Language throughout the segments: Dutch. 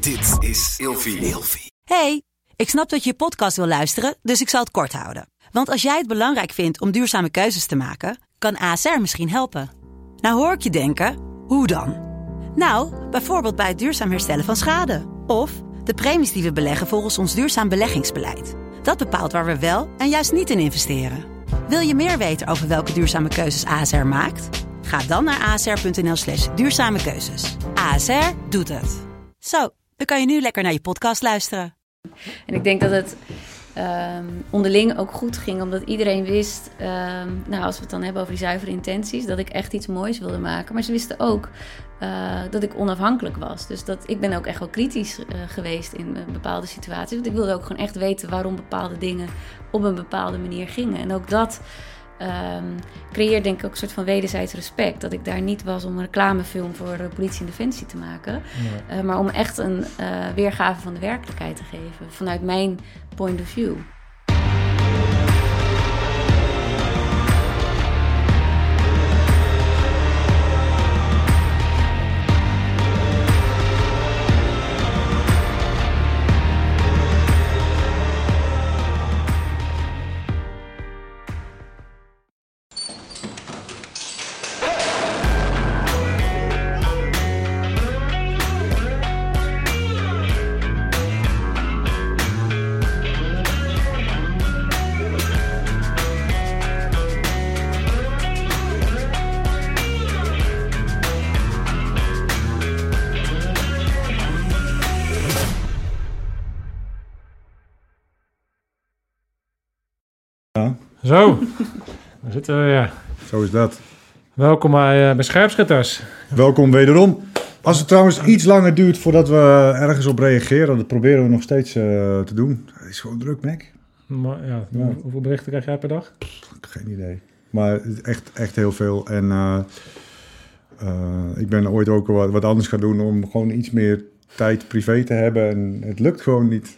Dit is Ilfie. Hey, ik snap dat je je podcast wil luisteren, dus ik zal het kort houden. Want als jij het belangrijk vindt om duurzame keuzes te maken, kan ASR misschien helpen. Nou hoor ik je denken, hoe dan? Nou, bijvoorbeeld bij het duurzaam herstellen van schade. Of de premies die we beleggen volgens ons duurzaam beleggingsbeleid. Dat bepaalt waar we wel en juist niet in investeren. Wil je meer weten over welke duurzame keuzes ASR maakt? Ga dan naar asr.nl/duurzame keuzes. ASR doet het. Zo, dan kan je nu lekker naar je podcast luisteren. En ik denk dat het onderling ook goed ging, omdat iedereen wist, als we het dan hebben over die zuivere intenties, dat ik echt iets moois wilde maken. Maar ze wisten ook dat ik onafhankelijk was. Dus ik ben ook echt wel kritisch geweest in bepaalde situaties. Want ik wilde ook gewoon echt weten waarom bepaalde dingen op een bepaalde manier gingen. En ook dat creëert denk ik ook een soort van wederzijds respect. Dat ik daar niet was om een reclamefilm voor politie en defensie te maken. Ja. Maar om echt een weergave van de werkelijkheid te geven. Vanuit mijn point of view. Zo, daar zitten we weer. Zo is dat. Welkom bij Scherpschutters. Welkom wederom. Als het trouwens iets langer duurt voordat we ergens op reageren, dat proberen we nog steeds te doen. Het is gewoon druk, Mac. Maar, hoeveel berichten krijg jij per dag? Geen idee. Maar echt heel veel. En ik ben ooit ook wat anders gaan doen om gewoon iets meer tijd privé te hebben. En het lukt gewoon niet.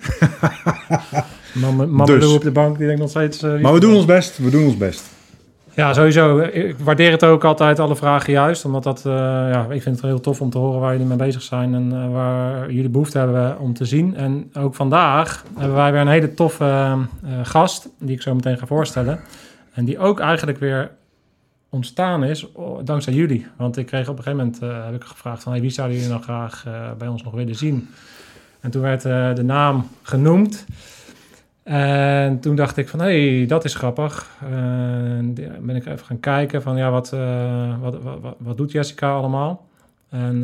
Mama dus. Op de bank, die denkt nog steeds... maar we doen ons best. Ja, sowieso. Ik waardeer het ook altijd, alle vragen juist. Omdat dat, ik vind het heel tof om te horen waar jullie mee bezig zijn. En waar jullie behoefte hebben om te zien. En ook vandaag hebben wij weer een hele toffe gast, die ik zo meteen ga voorstellen. En die ook eigenlijk weer ontstaan is dankzij jullie. Want ik kreeg op een gegeven moment heb ik gevraagd van... wie zouden jullie nou graag bij ons nog willen zien? En toen werd de naam genoemd. En toen dacht ik van, dat is grappig. Ben ik even gaan kijken van, wat doet Jessica allemaal? En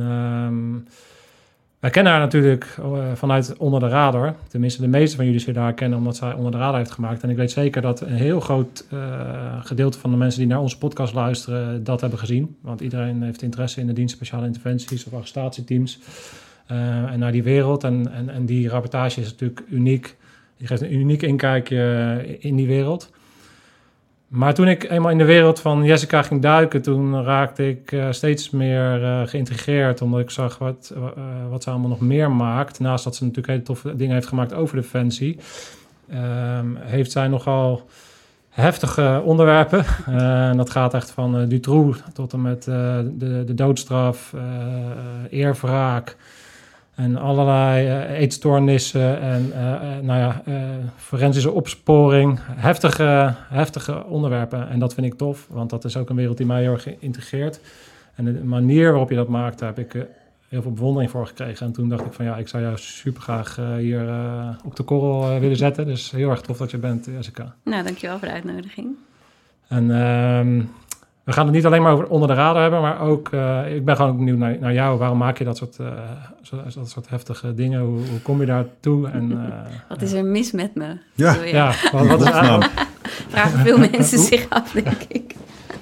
wij kennen haar natuurlijk vanuit Onder de Radar. Tenminste, de meeste van jullie zullen haar kennen omdat zij Onder de Radar heeft gemaakt. En ik weet zeker dat een heel groot gedeelte van de mensen die naar onze podcast luisteren dat hebben gezien. Want iedereen heeft interesse in de dienst speciale interventies of arrestatieteams. En naar die wereld. En die rapportage is natuurlijk uniek. Die geeft een uniek inkijkje in die wereld. Maar toen ik eenmaal in de wereld van Jessica ging duiken... toen raakte ik steeds meer geïntrigeerd... omdat ik zag wat ze allemaal nog meer maakt. Naast dat ze natuurlijk hele toffe dingen heeft gemaakt over Defensie... heeft zij nogal heftige onderwerpen. Dat gaat echt van Dutroux tot en met de doodstraf, eerwraak... En allerlei eetstoornissen en forensische opsporing. Heftige onderwerpen. En dat vind ik tof, want dat is ook een wereld die mij heel erg integreert. En de manier waarop je dat maakt, daar heb ik heel veel bewondering voor gekregen. En toen dacht ik van ik zou jou super graag hier op de korrel willen zetten. Dus heel erg tof dat je bent, Jessica. Nou, dankjewel voor de uitnodiging. En... we gaan het niet alleen maar over Onder de Radar hebben, maar ook... ik ben gewoon benieuwd naar jou. Waarom maak je dat soort heftige dingen? Hoe kom je daartoe? En, wat is er mis met me? Ja, wat is er? Vragen veel mensen zich af, denk ik.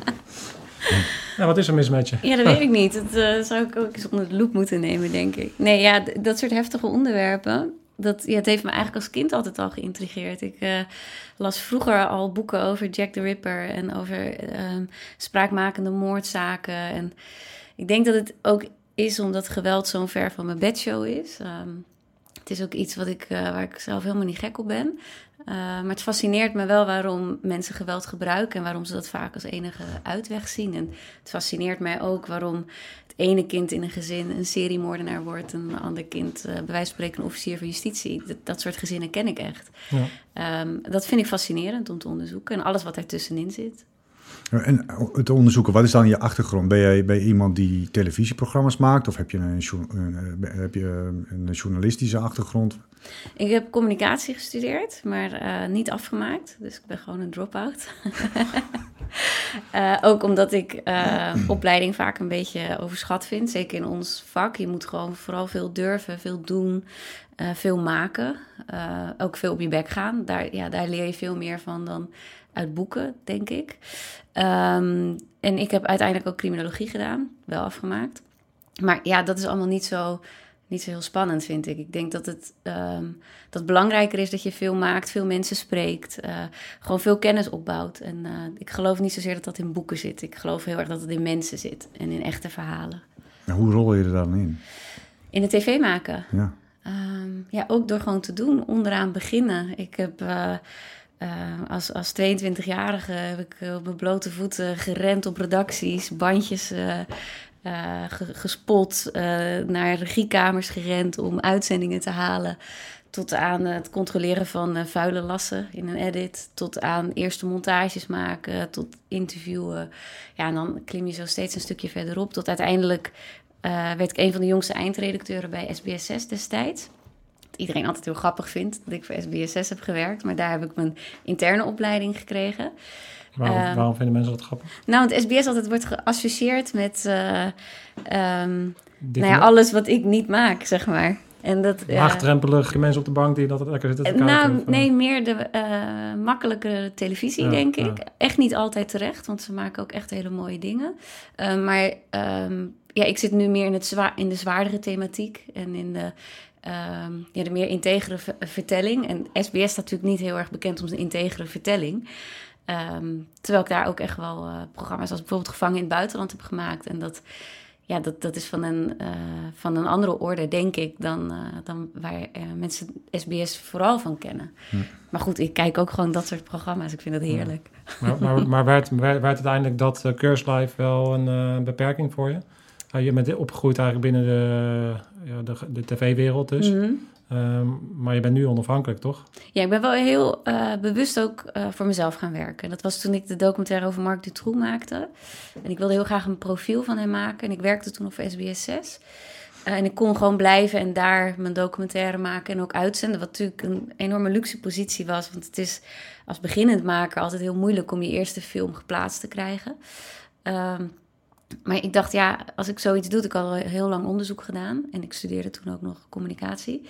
Ja, wat is er mis met je? Ja, dat weet ik niet. Dat zou ik ook eens onder de loep moeten nemen, denk ik. Nee, ja, dat soort heftige onderwerpen... het heeft me eigenlijk als kind altijd al geïntrigeerd. Ik las vroeger al boeken over Jack the Ripper... en over spraakmakende moordzaken. En ik denk dat het ook is omdat geweld zo'n ver van mijn bedshow is. Het is ook iets waar ik zelf helemaal niet gek op ben. Maar het fascineert me wel waarom mensen geweld gebruiken en waarom ze dat vaak als enige uitweg zien. En het fascineert mij ook waarom het ene kind in een gezin een seriemoordenaar wordt en een ander kind bij wijze van spreken een officier van justitie. Dat soort gezinnen ken ik echt. Ja. Dat vind ik fascinerend om te onderzoeken en alles wat ertussenin zit. En te onderzoeken, wat is dan je achtergrond? Ben je iemand die televisieprogramma's maakt of heb je een journalistische achtergrond? Ik heb communicatie gestudeerd, maar niet afgemaakt. Dus ik ben gewoon een drop-out. Ook omdat ik opleiding vaak een beetje overschat vind. Zeker in ons vak. Je moet gewoon vooral veel durven, veel doen, veel maken. Ook veel op je bek gaan. Daar leer je veel meer van dan uit boeken, denk ik. En ik heb uiteindelijk ook criminologie gedaan. Wel afgemaakt. Maar ja, dat is allemaal niet zo heel spannend, vind ik. Ik denk dat het belangrijker is dat je veel maakt, veel mensen spreekt, gewoon veel kennis opbouwt. En ik geloof niet zozeer dat dat in boeken zit. Ik geloof heel erg dat het in mensen zit en in echte verhalen. En hoe rol je er dan in? In de tv maken? Ja. Ook door gewoon te doen, onderaan beginnen. Ik heb als 22-jarige heb ik op mijn blote voeten gerend op redacties, bandjes gespot, naar regiekamers gerend om uitzendingen te halen, tot aan het controleren van vuile lassen in een edit, tot aan eerste montages maken, tot interviewen. Ja, en dan klim je zo steeds een stukje verderop, tot uiteindelijk werd ik een van de jongste eindredacteuren bij SBS6 destijds. Wat iedereen altijd heel grappig vindt dat ik voor SBS6 heb gewerkt, maar daar heb ik mijn interne opleiding gekregen. Waarom vinden mensen dat grappig? Nou, want SBS altijd wordt geassocieerd met alles wat ik niet maak, zeg maar. En dat, laagdrempelige mensen op de bank die dat lekker zitten te kijken? Nee, meer de makkelijke televisie, denk ik. Echt niet altijd terecht, want ze maken ook echt hele mooie dingen. Maar ik zit nu meer in de zwaardere thematiek en in de meer integere vertelling. En SBS staat natuurlijk niet heel erg bekend om zijn integere vertelling. Terwijl ik daar ook echt wel programma's als bijvoorbeeld Gevangen in het Buitenland heb gemaakt. En dat is van een andere orde, denk ik, dan waar mensen SBS vooral van kennen. Maar goed, ik kijk ook gewoon dat soort programma's. Ik vind dat heerlijk. Maar werd uiteindelijk dat Keurslijf wel een beperking voor je? Je bent opgegroeid eigenlijk binnen de tv-wereld dus. Mm-hmm. Maar je bent nu onafhankelijk, toch? Ja, ik ben wel heel bewust ook voor mezelf gaan werken. Dat was toen ik de documentaire over Marc Dutroux maakte. En ik wilde heel graag een profiel van hem maken. En ik werkte toen op SBS6. En ik kon gewoon blijven en daar mijn documentaire maken en ook uitzenden. Wat natuurlijk een enorme luxe positie was. Want het is als beginnend maker altijd heel moeilijk om je eerste film geplaatst te krijgen. Maar ik dacht, als ik zoiets doe... Ik had al heel lang onderzoek gedaan. En ik studeerde toen ook nog communicatie.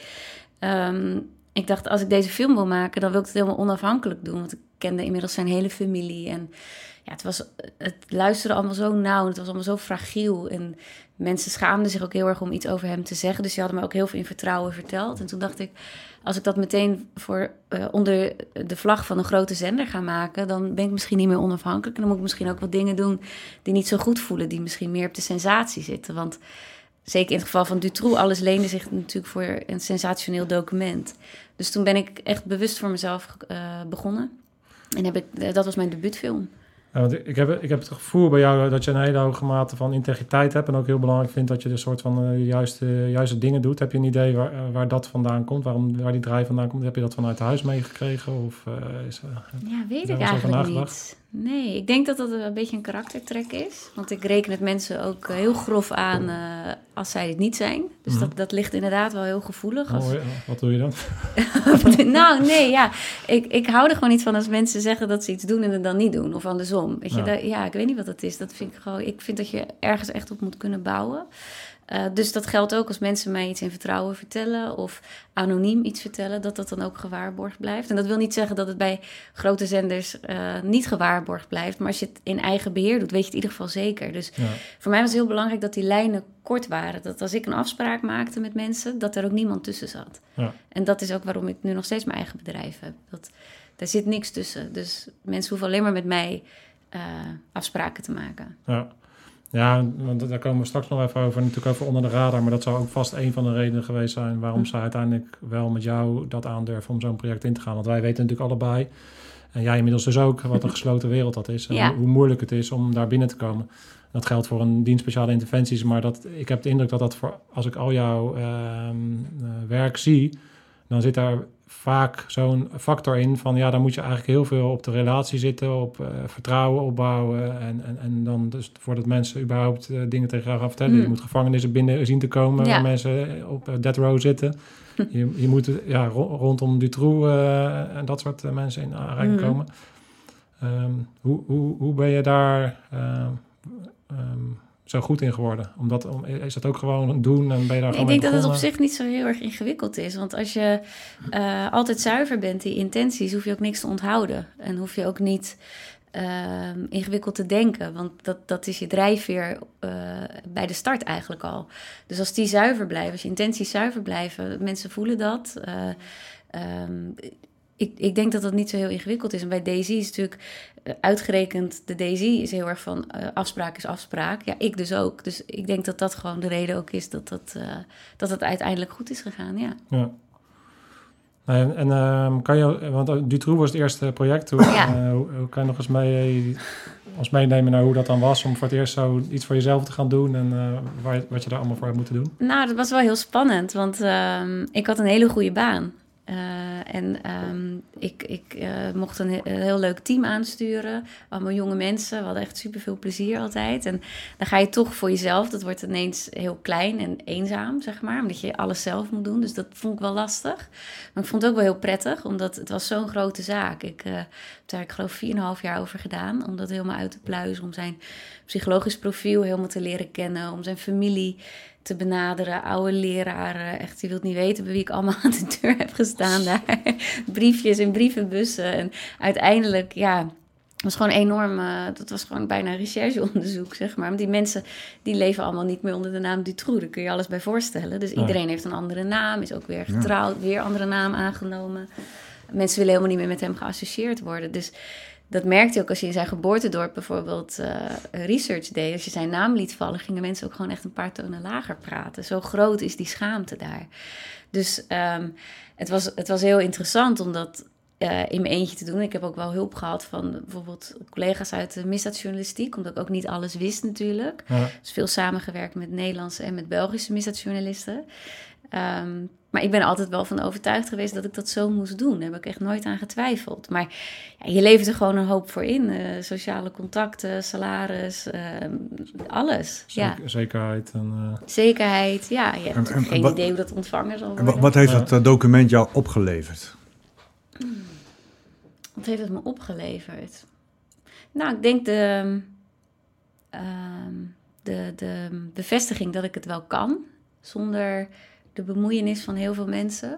Ik dacht, als ik deze film wil maken... dan wil ik het helemaal onafhankelijk doen. Want ik kende inmiddels zijn hele familie. En het luisterde allemaal zo nauw. Het was allemaal zo fragiel. En mensen schaamden zich ook heel erg om iets over hem te zeggen. Dus die hadden me ook heel veel in vertrouwen verteld. En toen dacht ik... als ik dat meteen onder de vlag van een grote zender ga maken... dan ben ik misschien niet meer onafhankelijk. En dan moet ik misschien ook wat dingen doen die niet zo goed voelen... die misschien meer op de sensatie zitten. Want zeker in het geval van Dutroux... alles leende zich natuurlijk voor een sensationeel document. Dus toen ben ik echt bewust voor mezelf begonnen. En dat was mijn debuutfilm. Ja, want ik heb het gevoel bij jou dat je een hele hoge mate van integriteit hebt... en ook heel belangrijk vindt dat je de soort van juiste dingen doet. Heb je een idee waar dat vandaan komt? Waar die draai vandaan komt? Heb je dat vanuit huis meegekregen? Of, weet ik eigenlijk niet. Nee, ik denk dat dat een beetje een karaktertrek is. Want ik reken het mensen ook heel grof aan als zij het niet zijn. Dus dat ligt inderdaad wel heel gevoelig. Wat doe je dan? Ik hou er gewoon niet van als mensen zeggen dat ze iets doen en het dan niet doen. Of andersom. Weet je, ik weet niet wat dat is. Dat vind ik gewoon. Ik vind dat je ergens echt op moet kunnen bouwen. Dus dat geldt ook als mensen mij iets in vertrouwen vertellen... of anoniem iets vertellen, dat dan ook gewaarborgd blijft. En dat wil niet zeggen dat het bij grote zenders niet gewaarborgd blijft... maar als je het in eigen beheer doet, weet je het in ieder geval zeker. Dus voor mij was het heel belangrijk dat die lijnen kort waren. Dat als ik een afspraak maakte met mensen, dat er ook niemand tussen zat. Ja. En dat is ook waarom ik nu nog steeds mijn eigen bedrijf heb. Daar zit niks tussen. Dus mensen hoeven alleen maar met mij afspraken te maken. Ja. Ja, want daar komen we straks nog even over. Natuurlijk over onder de radar. Maar dat zou ook vast een van de redenen geweest zijn waarom ze uiteindelijk wel met jou dat aandurven om zo'n project in te gaan. Want wij weten natuurlijk allebei, en jij inmiddels dus ook, wat een gesloten wereld dat is. En hoe moeilijk het is om daar binnen te komen. Dat geldt voor een dienst speciale interventies. Maar ik heb de indruk dat voor, als ik al jouw werk zie, dan zit daar vaak zo'n factor in van ja, dan moet je eigenlijk heel veel op de relatie zitten, op vertrouwen opbouwen en dan dus voordat mensen überhaupt dingen tegen jou gaan vertellen. Je moet gevangenissen binnen zien te komen waar mensen op death row zitten. Je moet rondom Dutroux en dat soort mensen in aanraking komen. Hoe ben je daar zo goed in geworden? Is dat ook gewoon doen en ben je daar gewoon mee begonnen? Ik denk dat het op zich niet zo heel erg ingewikkeld is. Want als je altijd zuiver bent, die intenties, hoef je ook niks te onthouden. En hoef je ook niet ingewikkeld te denken. Want dat is je drijfveer bij de start eigenlijk al. Dus als die zuiver blijven, als je intenties zuiver blijven, mensen voelen dat. Ik denk dat dat niet zo heel ingewikkeld is. En bij Daisy is natuurlijk uitgerekend, de Daisy is heel erg van afspraak is afspraak. Ja, ik dus ook. Dus ik denk dat dat gewoon de reden ook is dat het uiteindelijk goed is gegaan, ja. En kan je, want Dutroux was het eerste project. Hoe kan je nog eens ons meenemen naar hoe dat dan was om voor het eerst zo iets voor jezelf te gaan doen en wat je daar allemaal voor hebt moeten doen? Nou, dat was wel heel spannend, want ik had een hele goede baan. Ik mocht een heel leuk team aansturen. Allemaal jonge mensen. We hadden echt superveel plezier altijd. En dan ga je toch voor jezelf. Dat wordt ineens heel klein en eenzaam, zeg maar. Omdat je alles zelf moet doen. Dus dat vond ik wel lastig. Maar ik vond het ook wel heel prettig. Omdat het was zo'n grote zaak. Ik heb daar, ik geloof, 4,5 jaar over gedaan. Om dat helemaal uit te pluizen. Om zijn psychologisch profiel helemaal te leren kennen. Om zijn familie te benaderen, oude leraren. Echt, je wilt niet weten bij wie ik allemaal aan de deur heb gestaan daar. Briefjes en brievenbussen. En uiteindelijk, het was gewoon enorm. Dat was gewoon bijna een rechercheonderzoek, zeg maar. Want die mensen, die leven allemaal niet meer onder de naam Dutroux. Daar kun je alles bij voorstellen. Dus iedereen heeft een andere naam, is ook weer getrouwd, weer een andere naam aangenomen. Mensen willen helemaal niet meer met hem geassocieerd worden. Dus dat merkte je ook als je in zijn geboortedorp bijvoorbeeld research deed. Als je zijn naam liet vallen, gingen mensen ook gewoon echt een paar tonen lager praten. Zo groot is die schaamte daar. Dus het was heel interessant om dat in mijn eentje te doen. Ik heb ook wel hulp gehad van bijvoorbeeld collega's uit de misdaadjournalistiek, omdat ik ook niet alles wist natuurlijk. Dus veel samengewerkt met Nederlandse en met Belgische misdaadjournalisten. Maar ik ben er altijd wel van overtuigd geweest dat ik dat zo moest doen. Daar heb ik echt nooit aan getwijfeld. Maar je levert er gewoon een hoop voor in. Sociale contacten, salaris, alles. Zekerheid. Zekerheid, ja. Je hebt geen idee hoe dat ontvangen zal worden. Wat heeft dat document jou opgeleverd? Wat heeft het me opgeleverd? Nou, ik denk de bevestiging dat ik het wel kan. Zonder de bemoeienis van heel veel mensen.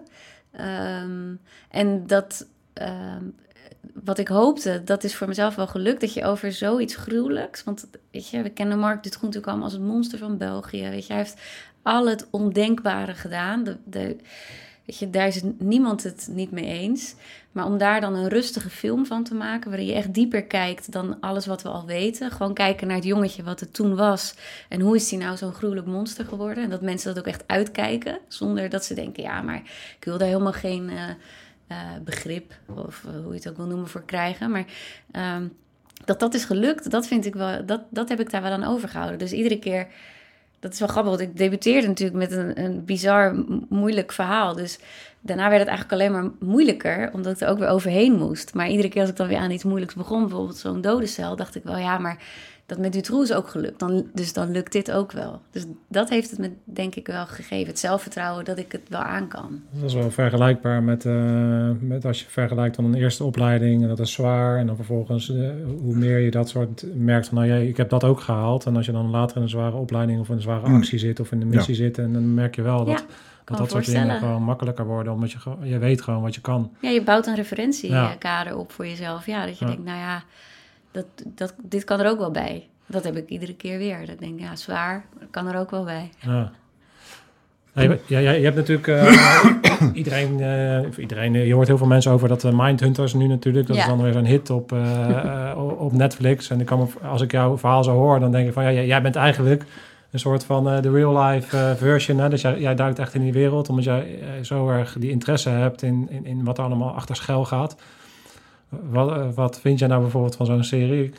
En dat, wat ik hoopte, dat is voor mezelf wel gelukt. Dat je over zoiets gruwelijks, want weet je, we kennen Marc Dutroux natuurlijk allemaal als het monster van België. Weet je, hij heeft al het ondenkbare gedaan. Weet je, daar is niemand het niet mee eens. Maar om daar dan een rustige film van te maken, waarin je echt dieper kijkt dan alles wat we al weten. Gewoon kijken naar het jongetje wat het toen was. En hoe is hij nou zo'n gruwelijk monster geworden? En dat mensen dat ook echt uitkijken. Zonder dat ze denken, ja, maar ik wil daar helemaal geen begrip, of hoe je het ook wil noemen, voor krijgen. Maar dat is gelukt, dat vind ik wel, dat heb ik daar wel aan overgehouden. Dus iedere keer, dat is wel grappig, want ik debuteerde natuurlijk met een bizar moeilijk verhaal. Dus daarna werd het eigenlijk alleen maar moeilijker, omdat ik er ook weer overheen moest. Maar iedere keer als ik dan weer aan iets moeilijks begon, bijvoorbeeld zo'n dodencel, dacht ik wel, ja, maar dat met Dutroux is ook gelukt. Dan lukt dit ook wel. Dus dat heeft het me denk ik wel gegeven. Het zelfvertrouwen dat ik het wel aan kan. Dat is wel vergelijkbaar met als je vergelijkt dan een eerste opleiding. En dat is zwaar. En dan vervolgens hoe meer je dat soort merkt van, nou ik heb dat ook gehaald. En als je dan later in een zware opleiding of in een zware actie zit of in een missie zit. En dan merk je wel dat soort dingen gewoon makkelijker worden. Omdat je weet gewoon wat je kan. Ja, je bouwt een referentiekader op voor jezelf. Ja, dat je denkt, nou ja, dit kan er ook wel bij. Dat heb ik iedere keer weer. Dat ik denk, ja, zwaar, kan er ook wel bij. Ja. Je hebt natuurlijk iedereen, je hoort heel veel mensen over dat Mindhunters nu natuurlijk. Dat is dan weer zo'n hit op Netflix. En als ik jouw verhaal zo hoor, dan denk ik van... jij bent eigenlijk een soort van de real-life version. Hè? Dus jij duikt echt in die wereld, omdat jij zo erg die interesse hebt in wat er allemaal achter schuil gaat. Wat vind jij nou bijvoorbeeld van zo'n serie?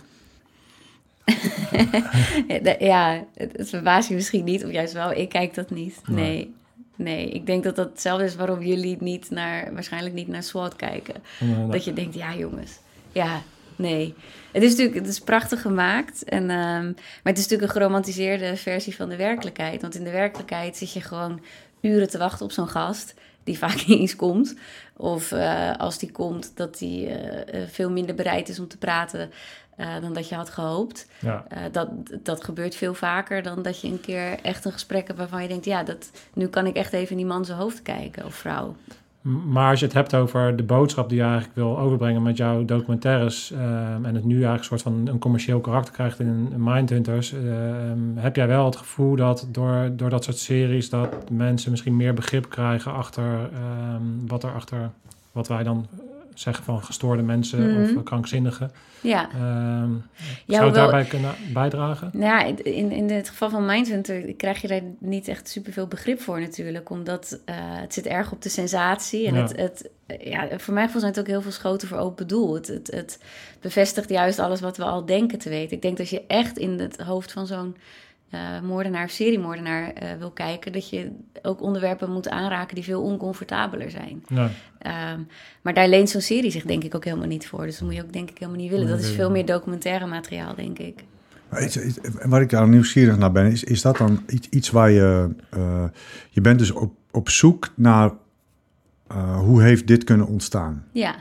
Ja, het verbaast je misschien niet, of juist wel. Ik kijk dat niet. Nee, ik denk dat hetzelfde is waarom jullie waarschijnlijk niet naar SWAT kijken. Dat je denkt, ja jongens, nee. Het is prachtig gemaakt, maar het is natuurlijk een geromantiseerde versie van de werkelijkheid. Want in de werkelijkheid zit je gewoon uren te wachten op zo'n gast die vaak niet eens komt. Of als die komt, dat die veel minder bereid is om te praten dan dat je had gehoopt. Ja. Dat gebeurt veel vaker dan dat je een keer echt een gesprek hebt waarvan je denkt... nu kan ik echt even in die man zijn hoofd kijken of vrouw. Maar als je het hebt over de boodschap die je eigenlijk wil overbrengen met jouw documentaires... en het nu eigenlijk een soort van een commercieel karakter krijgt in Mindhunters... heb jij wel het gevoel dat door dat soort series... dat mensen misschien meer begrip krijgen achter wat wij dan zeggen van gestoorde mensen of krankzinnigen... Ja. Zou het daarbij kunnen bijdragen? Nou ja, in het geval van Mindhunter krijg je daar niet echt superveel begrip voor natuurlijk. Omdat het zit erg op de sensatie. En voor mij zijn het ook heel veel schoten voor open doel. Het bevestigt juist alles wat we al denken te weten. Ik denk dat je echt in het hoofd van zo'n moordenaar of seriemoordenaar wil kijken... dat je ook onderwerpen moet aanraken die veel oncomfortabeler zijn. Ja. Maar daar leent zo'n serie zich denk ik ook helemaal niet voor. Dus dat moet je ook denk ik helemaal niet willen. Dat is veel meer documentaire materiaal, denk ik. Waar ik daar nieuwsgierig naar ben, is dat dan iets waar je bent dus op zoek naar hoe heeft dit kunnen ontstaan? Ja.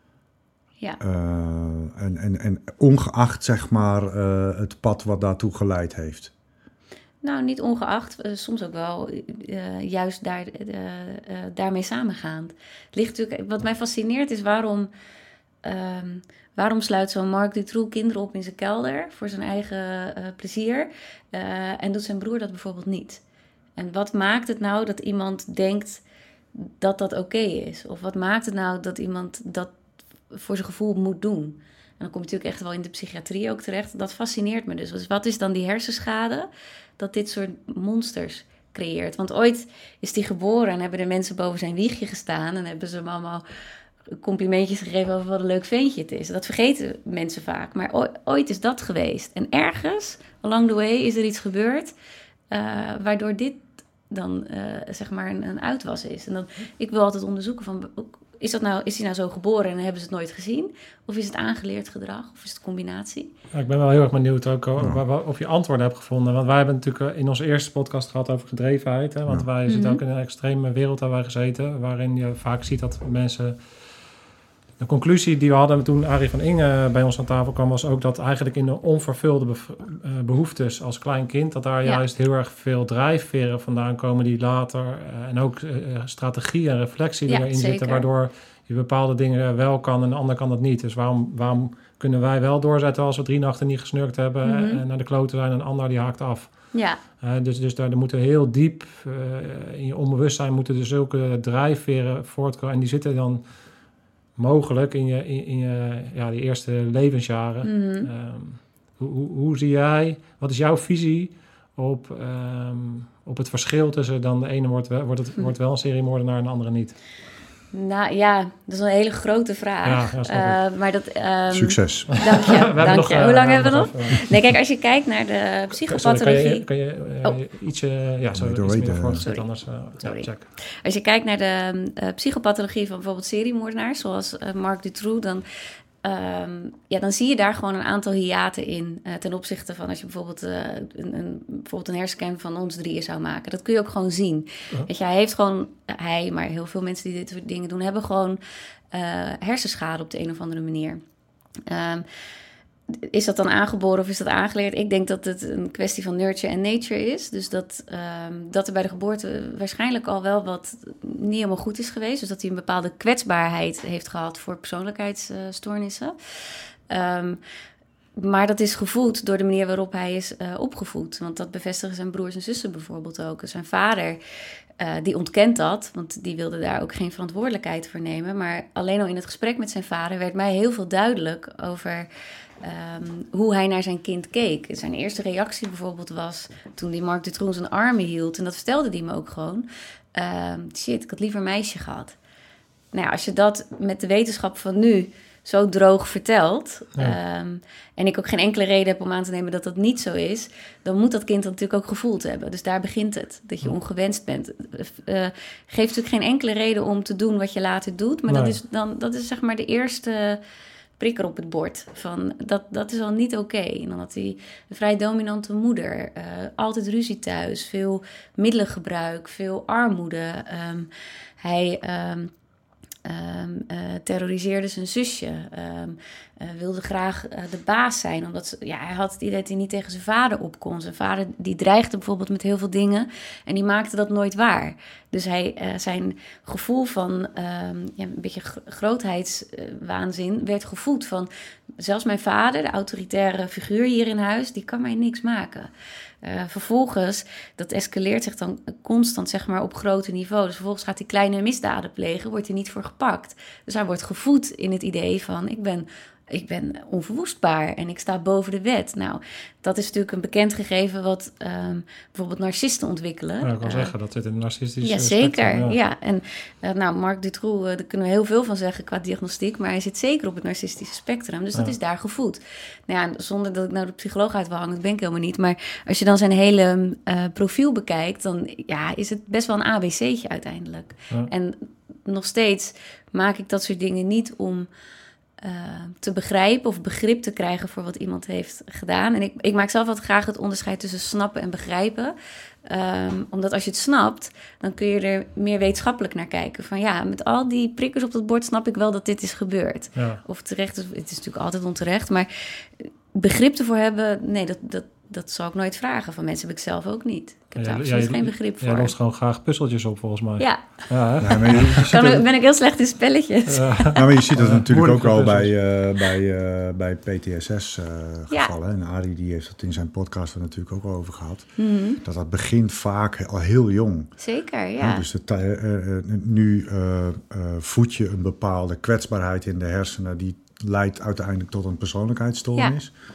En ongeacht zeg maar het pad wat daartoe geleid heeft. Nou, niet ongeacht, soms ook wel juist daarmee samengaand. Het ligt natuurlijk, wat mij fascineert is waarom sluit zo'n Marc Dutroux kinderen op in zijn kelder voor zijn eigen plezier en doet zijn broer dat bijvoorbeeld niet? En wat maakt het nou dat iemand denkt dat dat oké is? Of wat maakt het nou dat iemand dat voor zijn gevoel moet doen? En dan kom je natuurlijk echt wel in de psychiatrie ook terecht. Dat fascineert me dus. Dus wat is dan die hersenschade dat dit soort monsters creëert? Want ooit is die geboren en hebben de mensen boven zijn wiegje gestaan... en hebben ze hem allemaal complimentjes gegeven over wat een leuk ventje het is. Dat vergeten mensen vaak. Maar ooit is dat geweest. En ergens, along the way, is er iets gebeurd... waardoor dit dan zeg maar een uitwas is. En ik wil altijd onderzoeken van... Is hij nou zo geboren en hebben ze het nooit gezien? Of is het aangeleerd gedrag? Of is het combinatie? Ja, ik ben wel heel erg benieuwd ook of je antwoorden hebt gevonden. Want wij hebben natuurlijk in onze eerste podcast gehad over gedrevenheid. Hè? Want wij zitten ook in een extreme wereld waar wij gezeten. Waarin je vaak ziet dat mensen... De conclusie die we hadden toen Arie van Inge bij ons aan tafel kwam... was ook dat eigenlijk in de onvervulde behoeftes als klein kind... dat daar juist heel erg veel drijfveren vandaan komen die later... en ook strategie en reflectie die erin zitten... waardoor je bepaalde dingen wel kan en de ander kan dat niet. Dus waarom kunnen wij wel doorzetten als we 3 nachten niet gesnurkt hebben... en naar de kloten zijn en een ander die haakt af? Ja. Dus daar moeten heel diep in je onbewustzijn... moeten er zulke drijfveren voortkomen en die zitten dan... mogelijk in je die eerste levensjaren. Hoe zie jij, wat is jouw visie op het verschil tussen dan de ene wordt wel een seriemoordenaar en de andere niet? Nou ja, dat is een hele grote vraag. Ja, maar dat, succes. Dank je. Hoe lang hebben we nog? Nee, kijk, als je kijkt naar de psychopathologie... Kan je ietsje meer voorgezet, anders... check. Als je kijkt naar de psychopathologie van bijvoorbeeld seriemoordenaars... zoals Marc Dutroux, dan zie je daar gewoon een aantal hiaten in... ten opzichte van als je bijvoorbeeld een hersenscan van ons 3 zou maken. Dat kun je ook gewoon zien. Weet je, maar heel veel mensen die dit soort dingen doen... hebben gewoon hersenschade op de een of andere manier. Is dat dan aangeboren of is dat aangeleerd? Ik denk dat het een kwestie van nurture en nature is. Dus dat er bij de geboorte waarschijnlijk al wel wat niet helemaal goed is geweest. Dus dat hij een bepaalde kwetsbaarheid heeft gehad voor persoonlijkheidsstoornissen. Maar dat is gevoed door de manier waarop hij is opgevoed. Want dat bevestigen zijn broers en zussen bijvoorbeeld ook. Zijn vader Die ontkent dat, want die wilde daar ook geen verantwoordelijkheid voor nemen. Maar alleen al in het gesprek met zijn vader werd mij heel veel duidelijk over hoe hij naar zijn kind keek. Zijn eerste reactie bijvoorbeeld was toen die Marc Dutroux zijn armen hield. En dat vertelde hij me ook gewoon. Shit, ik had liever een meisje gehad. Nou ja, als je dat met de wetenschap van nu zo droog vertelt, en ik ook geen enkele reden heb om aan te nemen dat dat niet zo is, dan moet dat kind dat natuurlijk ook gevoeld hebben. Dus daar begint het, dat je ongewenst bent. Geeft natuurlijk geen enkele reden om te doen wat je later doet, maar dat is zeg maar de eerste prikker op het bord. Van dat is al niet oké. En dan had hij een vrij dominante moeder, altijd ruzie thuis, veel middelengebruik, veel armoede. Hij terroriseerde zijn zusje, wilde graag de baas zijn, omdat hij had het idee dat hij niet tegen zijn vader op kon. Zijn vader die dreigde bijvoorbeeld met heel veel dingen en die maakte dat nooit waar. Dus zijn gevoel van een beetje grootheidswaanzin werd gevoed van zelfs mijn vader, de autoritaire figuur hier in huis, die kan mij niks maken. Vervolgens, dat escaleert zich dan constant zeg maar op grote niveau. Dus vervolgens gaat hij kleine misdaden plegen, wordt hij niet voor gepakt. Dus hij wordt gevoed in het idee van ik ben onverwoestbaar en ik sta boven de wet. Nou, dat is natuurlijk een bekend gegeven wat bijvoorbeeld narcisten ontwikkelen. Ja, ik wil zeggen, dat zit in een narcistisch ja, zeker. Ja. En Marc Dutroux, daar kunnen we heel veel van zeggen qua diagnostiek, maar hij zit zeker op het narcistische spectrum. Dus dat is daar gevoed. Nou ja, zonder dat ik nou de psycholoog uit wil hangen, dat ben ik helemaal niet. Maar als je dan zijn hele profiel bekijkt, dan is het best wel een ABC'tje uiteindelijk. Ja. En nog steeds maak ik dat soort dingen niet om te begrijpen of begrip te krijgen voor wat iemand heeft gedaan. En ik maak zelf altijd graag het onderscheid tussen snappen en begrijpen. Omdat als je het snapt, dan kun je er meer wetenschappelijk naar kijken. Van met al die prikkers op dat bord snap ik wel dat dit is gebeurd. Ja. Of terecht, het is natuurlijk altijd onterecht, maar begrip ervoor hebben, nee, dat zal ik nooit vragen. Van mensen heb ik zelf ook niet. Ik heb daar absoluut geen begrip voor. Jij lost gewoon graag puzzeltjes op, volgens mij. Ja. Maar ben ik heel slecht in spelletjes. Maar je ziet dat natuurlijk ook al bij PTSS-gevallen. En Arie die heeft het in zijn podcast er natuurlijk ook over gehad. Mm-hmm. Dat begint vaak al heel jong. Zeker, ja. Dus nu voed je een bepaalde kwetsbaarheid in de hersenen, die leidt uiteindelijk tot een persoonlijkheidsstoornis. Ja.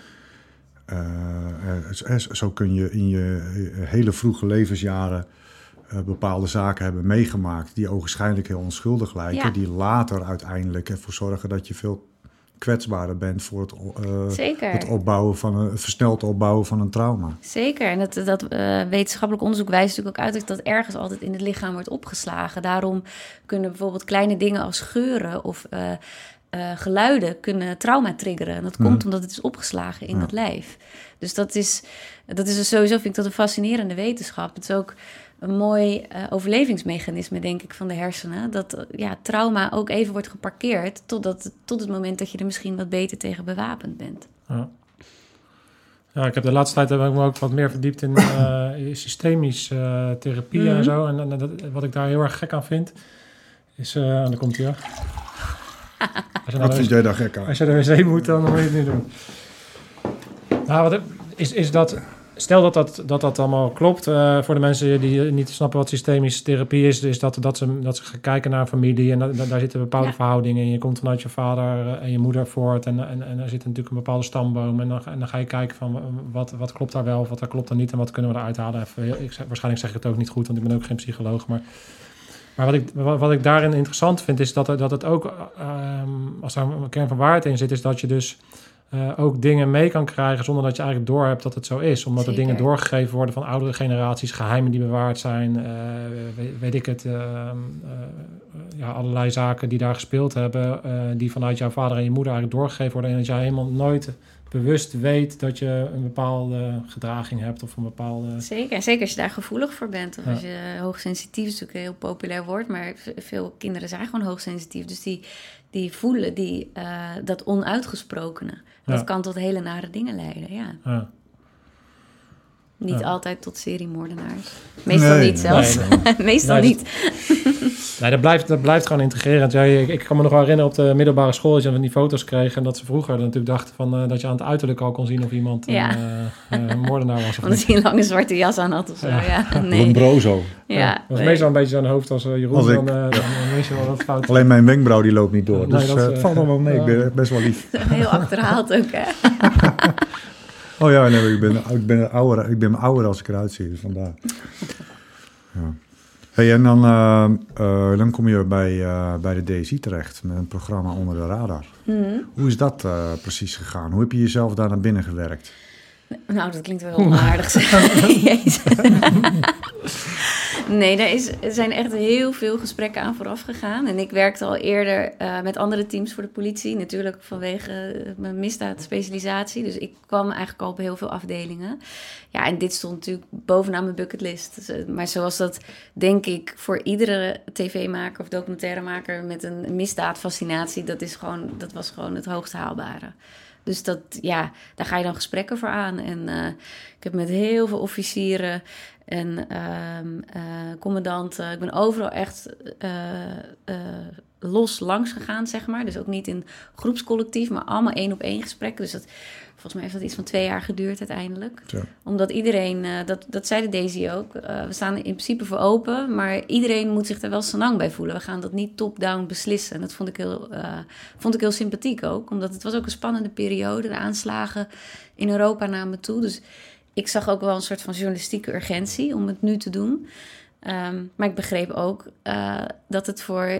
Zo kun je in je hele vroege levensjaren bepaalde zaken hebben meegemaakt die ogenschijnlijk heel onschuldig lijken, ja, die later uiteindelijk ervoor zorgen dat je veel kwetsbaarder bent voor het versneld opbouwen van een trauma. Zeker, en dat wetenschappelijk onderzoek wijst natuurlijk ook uit dat ergens altijd in het lichaam wordt opgeslagen. Daarom kunnen bijvoorbeeld kleine dingen als geuren of geluiden kunnen trauma triggeren. En dat komt omdat het is opgeslagen in het lijf. Dus dat is dus sowieso, vind ik dat een fascinerende wetenschap. Het is ook een mooi overlevingsmechanisme, denk ik, van de hersenen. Dat trauma ook even wordt geparkeerd tot het moment dat je er misschien wat beter tegen bewapend bent. Ja, ik heb de laatste tijd me ook wat meer verdiept in systemische therapie en zo. En wat ik daar heel erg gek aan vind, is... daar komt hij af. Wat vind jij daar gek aan? Als je naar de wc moet, dan moet je het niet doen. Nou, wat is dat... Stel dat allemaal klopt. Voor de mensen die niet snappen wat systemische therapie is dat ze gaan kijken naar een familie. En daar zitten bepaalde verhoudingen in. Je komt vanuit je vader en je moeder voort. En er zit natuurlijk een bepaalde stamboom. En dan ga je kijken van wat klopt daar wel of wat daar klopt dan niet. En wat kunnen we eruit halen. Waarschijnlijk zeg ik het ook niet goed, want ik ben ook geen psycholoog. Maar wat ik daarin interessant vind, is dat het ook, als er een kern van waarheid in zit, is dat je dus ook dingen mee kan krijgen zonder dat je eigenlijk doorhebt dat het zo is. Omdat er dingen doorgegeven worden van oudere generaties, geheimen die bewaard zijn, weet ik het, allerlei zaken die daar gespeeld hebben, die vanuit jouw vader en je moeder eigenlijk doorgegeven worden en dat jij helemaal nooit bewust weet dat je een bepaalde gedraging hebt of een bepaalde... Zeker, en zeker als je daar gevoelig voor bent. Of als je hoogsensitief is, natuurlijk een heel populair woord, maar veel kinderen zijn gewoon hoogsensitief. Dus die voelen dat onuitgesprokene. Dat kan tot hele nare dingen leiden, Niet altijd tot seriemoordenaars. Meestal niet zelfs. Nee. Meestal niet. Nee, dat blijft gewoon integrerend. Ja, ik kan me nog wel herinneren op de middelbare school dat je van die foto's kreeg en dat ze vroeger natuurlijk dachten van dat je aan het uiterlijk al kon zien of iemand een moordenaar was. Omdat hij een lange zwarte jas aan had of zo. Ja. Nee. Lombroso. Ja, dat was meestal een beetje zo'n hoofd als Jeroen. Dan wist je wel wat fout. Alleen mijn wenkbrauw die loopt niet door. Nee, Dus het valt allemaal mee. Ik ben best wel lief. Heel achterhaald ook, hè? Oh ja, nee, ik ben ouder als ik eruit zie. Dus vandaar. Ja. Hey, en dan kom je bij de DSI terecht met een programma Onder de Radar. Hoe is dat precies gegaan? Hoe heb je jezelf daar naar binnen gewerkt? Nou, dat klinkt wel heel aardig. Jezus. Nee, er zijn echt heel veel gesprekken aan vooraf gegaan. En ik werkte al eerder met andere teams voor de politie. Natuurlijk vanwege mijn misdaadspecialisatie. Dus ik kwam eigenlijk al op heel veel afdelingen. Ja, en dit stond natuurlijk bovenaan mijn bucketlist. Maar zoals dat, denk ik, voor iedere tv-maker of documentairemaker met een misdaadfascinatie, dat was gewoon het hoogst haalbare. Dus daar ga je dan gesprekken voor aan. En ik heb met heel veel officieren en commandanten, ik ben overal echt los langs gegaan, zeg maar. Dus ook niet in groepscollectief, maar allemaal 1-op-1 gesprekken. Dus volgens mij heeft dat iets van 2 jaar geduurd uiteindelijk. Ja. Omdat iedereen, dat zei de DSI ook, we staan in principe voor open, maar iedereen moet zich er wel senang bij voelen. We gaan dat niet top-down beslissen. En dat vond ik heel sympathiek ook, omdat het was ook een spannende periode. De aanslagen in Europa namen toe. Dus ik zag ook wel een soort van journalistieke urgentie om het nu te doen. Maar ik begreep ook dat het voor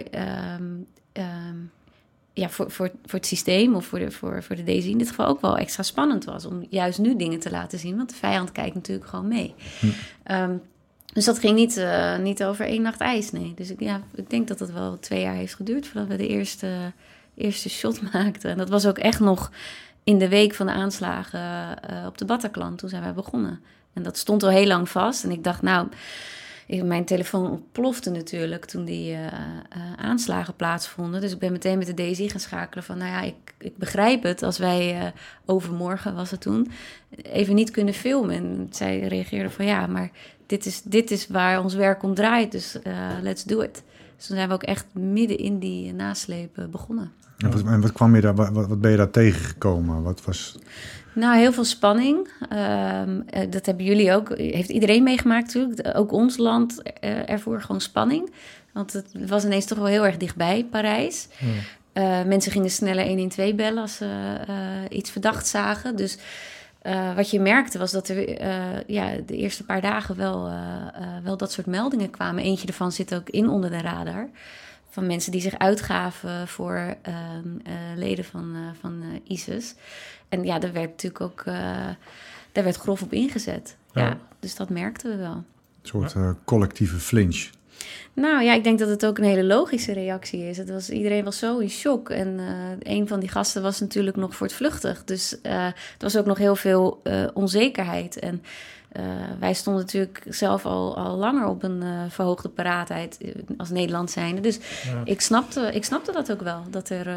het systeem of voor de DSI in dit geval ook wel extra spannend was om juist nu dingen te laten zien, want de vijand kijkt natuurlijk gewoon mee. Dus dat ging niet over 1 nacht ijs, nee. Dus ik denk dat het wel 2 jaar heeft geduurd voordat we de eerste shot maakten. En dat was ook echt nog in de week van de aanslagen op de Bataclan. Toen zijn wij begonnen. En dat stond al heel lang vast. En ik dacht, mijn telefoon ontplofte natuurlijk toen die aanslagen plaatsvonden. Dus ik ben meteen met de DSI gaan schakelen van, ik begrijp het als wij overmorgen, was het toen, even niet kunnen filmen. En zij reageerde van, maar dit is waar ons werk om draait, dus let's do it. Dus toen zijn we ook echt midden in die nasleep begonnen. En wat kwam je daar? Wat ben je daar tegengekomen? Wat was? Nou, heel veel spanning. Dat hebben jullie ook. Heeft iedereen meegemaakt natuurlijk. Ook ons land ervoor gewoon spanning. Want het was ineens toch wel heel erg dichtbij, Parijs. Mensen gingen sneller 112 bellen als ze iets verdacht zagen. Dus wat je merkte was dat er de eerste paar dagen wel dat soort meldingen kwamen. Eentje ervan zit ook in Onder de Radar. Van mensen die zich uitgaven voor leden van ISIS. En daar werd natuurlijk ook daar werd grof op ingezet. Ja, dus dat merkten we wel. Een soort collectieve flinch. Nou ja, ik denk dat het ook een hele logische reactie is. Iedereen was zo in shock. En een van die gasten was natuurlijk nog voortvluchtig. Dus er was ook nog heel veel onzekerheid. En wij stonden natuurlijk zelf al langer op een verhoogde paraatheid als Nederland zijnde. Dus ik snapte dat ook wel. Dat er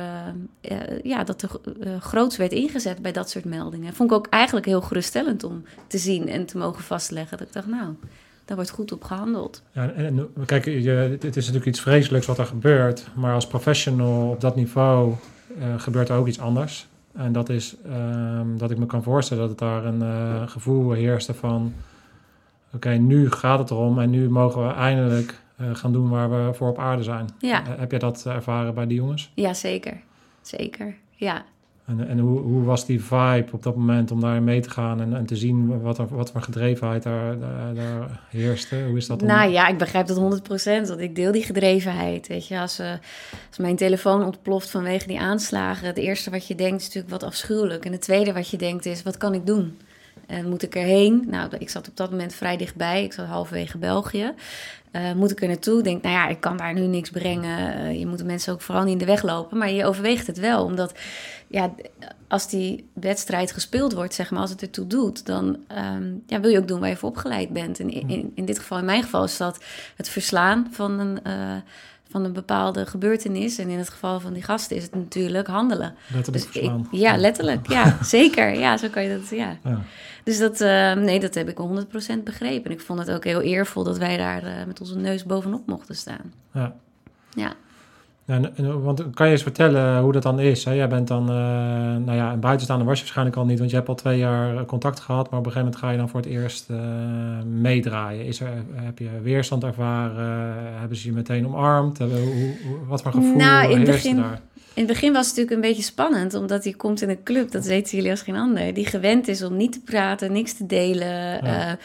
groots werd ingezet bij dat soort meldingen. Vond ik ook eigenlijk heel geruststellend om te zien en te mogen vastleggen. Dat ik dacht, daar wordt goed op gehandeld. Ja, en kijk, het is natuurlijk iets vreselijks wat er gebeurt. Maar als professional op dat niveau gebeurt er ook iets anders. En dat is dat ik me kan voorstellen dat daar een gevoel heerste van, oké, nu gaat het erom en nu mogen we eindelijk gaan doen waar we voor op aarde zijn. Ja. Heb jij dat ervaren bij die jongens? Ja, zeker. Zeker, ja. En hoe was die vibe op dat moment om daar mee te gaan en te zien wat voor gedrevenheid daar heerste? Hoe is dat? Ik begrijp dat 100%, want ik deel die gedrevenheid. Weet je, als mijn telefoon ontploft vanwege die aanslagen, het eerste wat je denkt is natuurlijk wat afschuwelijk. En het tweede wat je denkt is, wat kan ik doen? En moet ik erheen? Nou, ik zat op dat moment vrij dichtbij. Ik zat halverwege België. Moet ik er naartoe? Denk, ik kan daar nu niks brengen. Je moet de mensen ook vooral niet in de weg lopen. Maar je overweegt het wel. Omdat als die wedstrijd gespeeld wordt, zeg maar, als het ertoe doet, dan wil je ook doen waar je voor opgeleid bent. En in dit geval, in mijn geval, is dat het verslaan van een bepaalde gebeurtenis. En in het geval van die gasten is het natuurlijk handelen. Letterlijk verslaan. Letterlijk. Ja, zeker. Ja, zo kan je dat, ja. Dus dat heb ik 100% begrepen. En ik vond het ook heel eervol dat wij daar met onze neus bovenop mochten staan. Ja. Ja. Want kan je eens vertellen hoe dat dan is? Hè? Jij bent dan, een buitenstaander was je waarschijnlijk al niet, want je hebt al 2 jaar contact gehad, maar op een gegeven moment ga je dan voor het eerst meedraaien. Heb je weerstand ervaren? Hebben ze je meteen omarmd? Wat voor gevoel heerst er daar? In het begin was het natuurlijk een beetje spannend, omdat je komt in een club, dat weten jullie als geen ander, die gewend is om niet te praten, niks te delen,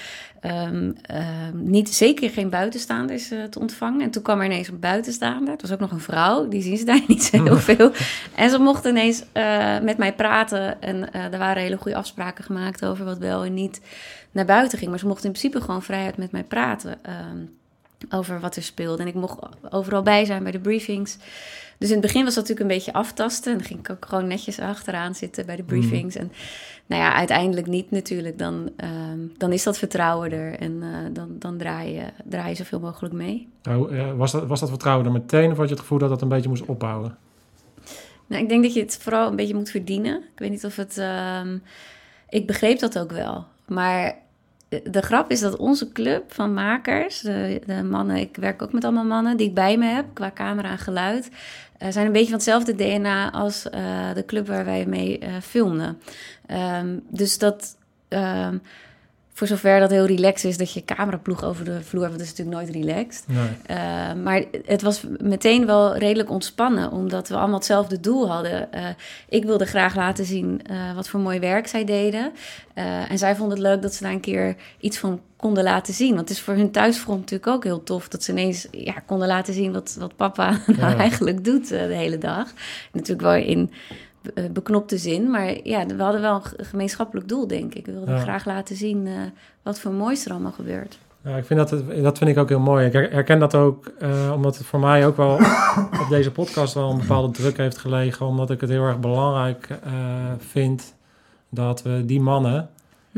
zeker geen buitenstaanders te ontvangen. En toen kwam er ineens een buitenstaander, het was ook nog een vrouw, die zien ze daar niet zo heel veel. En ze mochten ineens met mij praten en er waren hele goede afspraken gemaakt over wat wel en niet naar buiten ging. Maar ze mochten in principe gewoon vrijheid met mij praten over wat er speelde. En ik mocht overal bij zijn bij de briefings. Dus in het begin was dat natuurlijk een beetje aftasten. En dan ging ik ook gewoon netjes achteraan zitten bij de briefings. En uiteindelijk niet natuurlijk. Dan is dat vertrouwen er. En dan draai je zoveel mogelijk mee. Was dat vertrouwen er meteen? Of had je het gevoel dat dat een beetje moest opbouwen? Nou, ik denk dat je het vooral een beetje moet verdienen. Ik weet niet of het... ik begreep dat ook wel. Maar de grap is dat onze club van makers, de mannen, ik werk ook met allemaal mannen die ik bij me heb, qua camera en geluid, zijn een beetje van hetzelfde DNA als de club waar wij mee filmden. Dus dat, voor zover dat heel relaxed is, dat je cameraploeg over de vloer hebt, dat is natuurlijk nooit relaxed. Nee. Maar het was meteen wel redelijk ontspannen, omdat we allemaal hetzelfde doel hadden. Ik wilde graag laten zien wat voor mooi werk zij deden. En zij vonden het leuk dat ze daar een keer iets van konden laten zien. Want het is voor hun thuisfront natuurlijk ook heel tof dat ze ineens konden laten zien wat papa eigenlijk doet de hele dag. Natuurlijk wel in beknopte zin, maar we hadden wel een gemeenschappelijk doel, denk ik. We wilden graag laten zien wat voor moois er allemaal gebeurt. Ja, ik vind dat vind ik ook heel mooi. Ik herken dat ook, omdat het voor mij ook wel op deze podcast wel een bepaalde druk heeft gelegen, omdat ik het heel erg belangrijk vind dat we die mannen,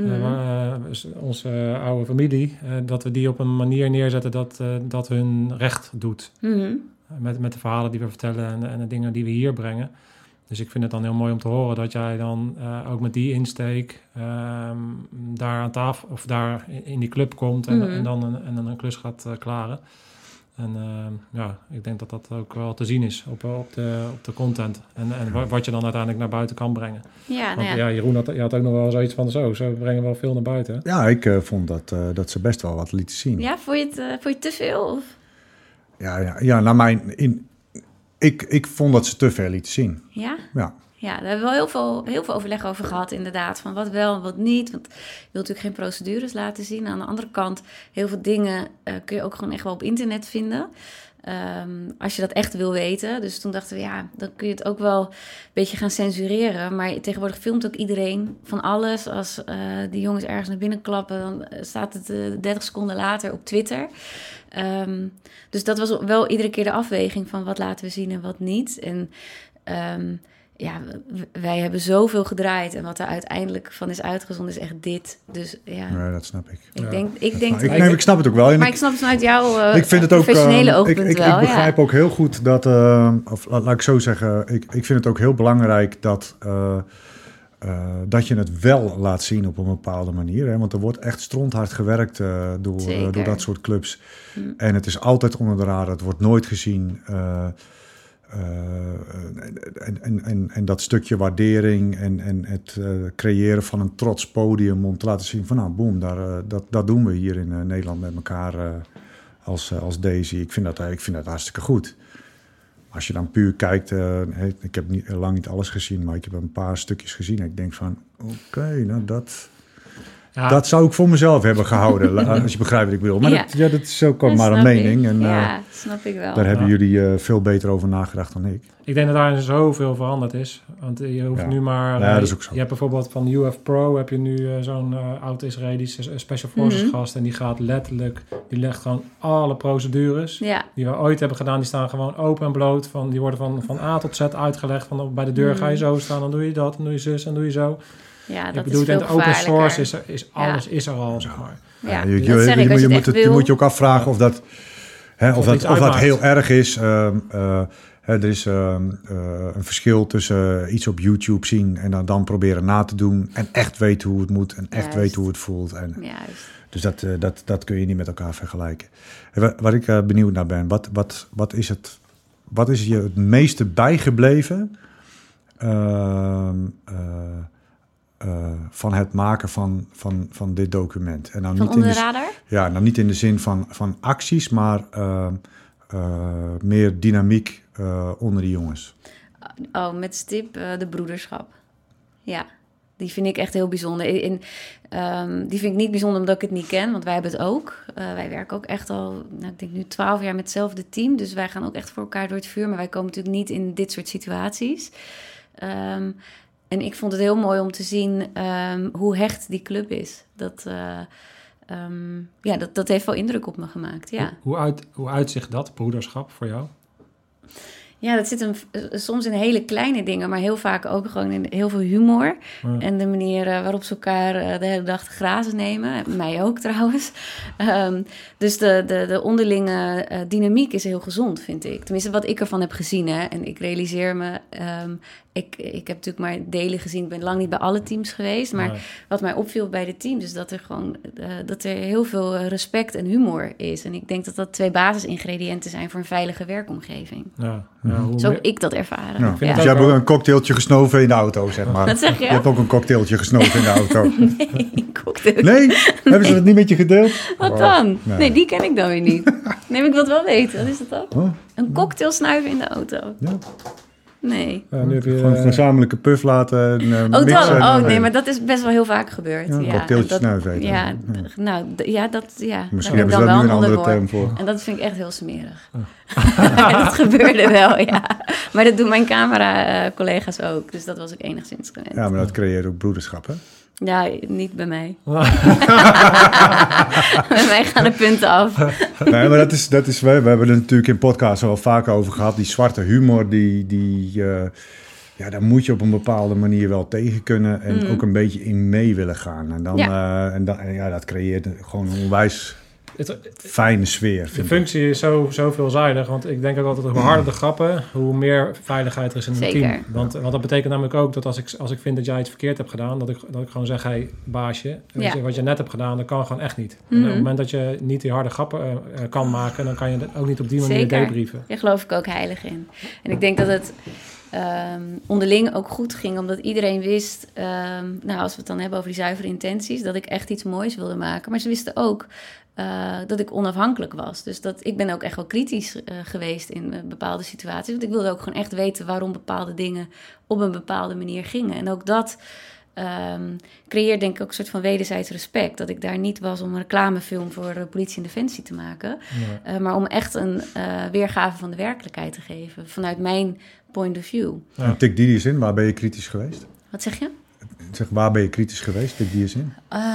onze oude familie, dat we die op een manier neerzetten dat hun recht doet. Mm-hmm. Met de verhalen die we vertellen en de dingen die we hier brengen. Dus ik vind het dan heel mooi om te horen dat jij dan ook met die insteek daar aan tafel of daar in die club komt en dan een klus gaat klaren. En ik denk dat dat ook wel te zien is op de content. En wat je dan uiteindelijk naar buiten kan brengen. Ja, want, Jeroen had ook nog wel zoiets van zo brengen we wel veel naar buiten. Ja, ik vond dat ze best wel wat lieten zien. Ja, vond je het te veel? Of? Ja, naar mijn... Ik vond dat ze te veel lieten zien. Ja? Ja. Ja, daar hebben we wel heel veel overleg over gehad, inderdaad. Van wat wel en wat niet. Want je wilt natuurlijk geen procedures laten zien. Aan de andere kant, heel veel dingen kun je ook gewoon echt wel op internet vinden. Als je dat echt wil weten. Dus toen dachten we, dan kun je het ook wel een beetje gaan censureren. Maar tegenwoordig filmt ook iedereen van alles. Als die jongens ergens naar binnen klappen, dan staat het 30 seconden later op Twitter. Dus dat was wel iedere keer de afweging van wat laten we zien en wat niet. En wij hebben zoveel gedraaid en wat er uiteindelijk van is uitgezonden is echt dit. Dus Nee, dat snap ik. Ik snap het ook wel. Maar ik snap het vanuit jouw ik vind het professionele oogpunt wel. Ik begrijp ook heel goed dat, of laat ik zo zeggen, ik vind het ook heel belangrijk dat je het wel laat zien op een bepaalde manier. Hè? Want er wordt echt stronthard gewerkt door dat soort clubs. En het is altijd onder de radar. Het wordt nooit gezien. En dat stukje waardering en het creëren van een trots podium om te laten zien van boem, dat doen we hier in Nederland met elkaar als Daisy. Ik vind dat hartstikke goed. Als je dan puur kijkt, ik heb lang niet alles gezien, maar ik heb een paar stukjes gezien. En ik denk van, oké, dat zou ik voor mezelf hebben gehouden, als je begrijpt wat ik bedoel. Maar dat is ook maar een mening. En, dat snap ik wel. Daar hebben jullie veel beter over nagedacht dan ik. Ik denk dat daar zoveel veranderd is. Want je hoeft nu maar... dat is ook zo. Je hebt bijvoorbeeld van UF Pro heb je nu zo'n oud-Israëlische Special Forces gast. En die gaat letterlijk... Die legt gewoon alle procedures die we ooit hebben gedaan. Die staan gewoon open en bloot. Die worden van A tot Z uitgelegd. Van bij de deur ga je zo staan, dan doe je dat. Dan doe je zus, dan doe je zo. Ja, dat is veel gevaarlijker. Open source is alles is er al, zeg maar. Ja, je moet je ook afvragen of dat heel erg is. Er is een verschil tussen iets op YouTube zien en dan proberen na te doen en echt weten hoe het moet en echt weten hoe het voelt. Dus dat kun je niet met elkaar vergelijken. Waar ik benieuwd naar ben, wat is het wat is je het meeste bijgebleven van het maken van dit document? En nou Van niet onder de radar? Ja, nou niet in de zin van acties, maar meer dynamiek onder die jongens. Oh, met stip de broederschap. Ja, die vind ik echt heel bijzonder. Die vind ik niet bijzonder omdat ik het niet ken, want wij hebben het ook. Wij werken ook echt al, ik denk nu 12 jaar met hetzelfde team. Dus wij gaan ook echt voor elkaar door het vuur. Maar wij komen natuurlijk niet in dit soort situaties. En ik vond het heel mooi om te zien hoe hecht die club is. Dat heeft wel indruk op me gemaakt, ja. Hoe uitzicht dat, broederschap, voor jou? Ja, dat zit soms in hele kleine dingen, maar heel vaak ook gewoon in heel veel humor. Ja. En de manier waarop ze elkaar de hele dag te grazen nemen. Mij ook trouwens. Dus de onderlinge dynamiek is heel gezond, vind ik. Tenminste, wat ik ervan heb gezien. Hè. En ik realiseer me... Ik heb natuurlijk maar delen gezien. Ik ben lang niet bij alle teams geweest. Maar wat mij opviel bij de teams is dat er gewoon dat er heel veel respect en humor is. En ik denk dat dat 2 basisingrediënten zijn voor een veilige werkomgeving. Ja, zo heb ik dat ervaren. Ja. Dus jij hebt ook een cocktailtje gesnoven in de auto, zeg maar. Wat zeg je? Je hebt ook een cocktailtje gesnoven in de auto. Nee, een cocktail. Nee? Hebben ze het niet met je gedeeld? Wat dan? Nee, die ken ik dan weer niet. Nee, ik wil het wel weten. Wat is dat dan? Oh. Een cocktail snuiven in de auto. Ja. Nee. Nu heb je gewoon een gezamenlijke puff laten mixen. Nee, maar dat is best wel heel vaak gebeurd. Ja, een cocktailtje snuiven eten. Ja, nou, Misschien hebben ze daar nu een andere term voor. En dat vind ik echt heel smerig. Dat gebeurde wel, ja. Maar dat doen mijn camera-collega's ook. Dus dat was ik enigszins gewend. Ja, maar dat creëert ook broederschap, hè? Ja, niet bij mij. Bij mij gaan de punten af. Nee, maar dat is we hebben het natuurlijk in podcasts al vaak over gehad. Die zwarte humor, daar moet je op een bepaalde manier wel tegen kunnen. En ook een beetje in mee willen gaan. En dan, dat creëert gewoon een onwijs fijne sfeer. De functie is zo veelzijdig. Want ik denk ook altijd, hoe harder de grappen, hoe meer veiligheid er is in een team. Want dat betekent namelijk ook dat als ik vind dat jij iets verkeerd hebt gedaan, dat ik gewoon zeg, hey, baasje, weet je, wat je net hebt gedaan, dat kan gewoon echt niet. En op het moment dat je niet die harde grappen kan maken, dan kan je ook niet op die manier debriefen. Daar geloof ik ook heilig in. En ik denk dat het onderling ook goed ging, omdat iedereen wist, als we het dan hebben over die zuivere intenties, dat ik echt iets moois wilde maken. Maar ze wisten ook dat ik onafhankelijk was. Dus ik ben ook echt wel kritisch geweest in bepaalde situaties. Want ik wilde ook gewoon echt weten waarom bepaalde dingen op een bepaalde manier gingen. En ook dat creëert denk ik ook een soort van wederzijds respect. Dat ik daar niet was om een reclamefilm voor politie en defensie te maken. Maar om echt een weergave van de werkelijkheid te geven. Vanuit mijn point of view. Ja. Tik die zin, waar ben je kritisch geweest? Wat zeg je? Zeg, waar ben je kritisch geweest? Tik die zin.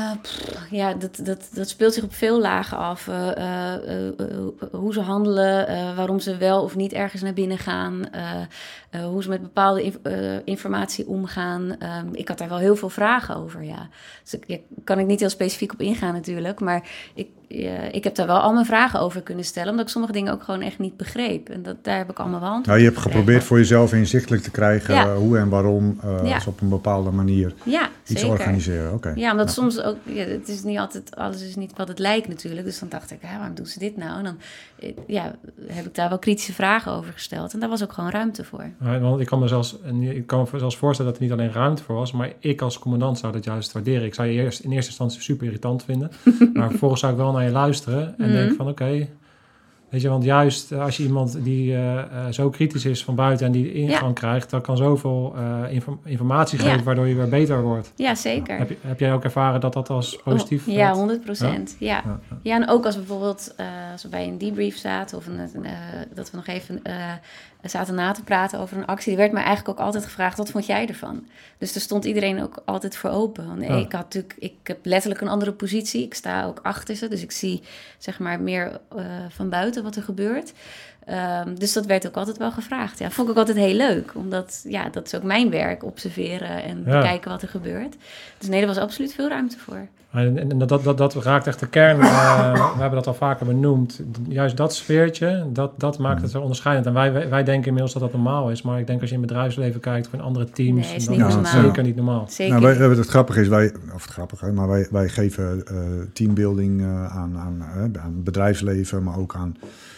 Dat speelt zich op veel lagen af. Hoe ze handelen, waarom ze wel of niet ergens naar binnen gaan. Hoe ze met bepaalde informatie omgaan. Ik had daar wel heel veel vragen over, ja. Dus kan ik niet heel specifiek op ingaan natuurlijk. Maar ik heb daar wel al mijn vragen over kunnen stellen. Omdat ik sommige dingen ook gewoon echt niet begreep. En daar heb ik allemaal wel antwoord op. Je hebt geprobeerd voor jezelf inzichtelijk te krijgen hoe en waarom ze op een bepaalde manier iets organiseren. Okay. Ja, omdat soms ook, het is niet altijd, alles is niet wat het lijkt natuurlijk. Dus dan dacht ik, waarom doen ze dit nou? En dan heb ik daar wel kritische vragen over gesteld. En daar was ook gewoon ruimte voor. Ja, want ik kan me zelfs voorstellen dat er niet alleen ruimte voor was, maar ik als commandant zou dat juist waarderen. Ik zou je in eerste instantie super irritant vinden, maar vervolgens zou ik wel naar je luisteren en denk van oké, weet je, want juist als je iemand die zo kritisch is van buiten en die ingang krijgt, dat kan zoveel informatie geven waardoor je weer beter wordt. Ja, zeker. Heb jij ook ervaren dat als positief? Ja, 100%. Ja, en ook als we bijvoorbeeld als we bij een debrief zaten of dat we nog even zaten na te praten over een actie, die werd mij eigenlijk ook altijd gevraagd, wat vond jij ervan? Dus daar stond iedereen ook altijd voor open. Want ik heb letterlijk een andere positie. Ik sta ook achter ze, dus ik zie zeg maar meer van buiten wat er gebeurt. Dus dat werd ook altijd wel gevraagd. Ja, vond ik ook altijd heel leuk, omdat dat is ook mijn werk, observeren en bekijken wat er gebeurt. Dus nee, er was absoluut veel ruimte voor. En dat raakt echt de kern. We hebben dat al vaker benoemd. Juist dat sfeertje, dat maakt het zo onderscheidend. En wij denken inmiddels dat normaal is. Maar ik denk als je in het bedrijfsbedrijfsleven kijkt of in andere teams, is dan is het zeker niet normaal. Zeker. Nou, het grappige is, wij geven teambuilding aan bedrijfsleven, maar ook aan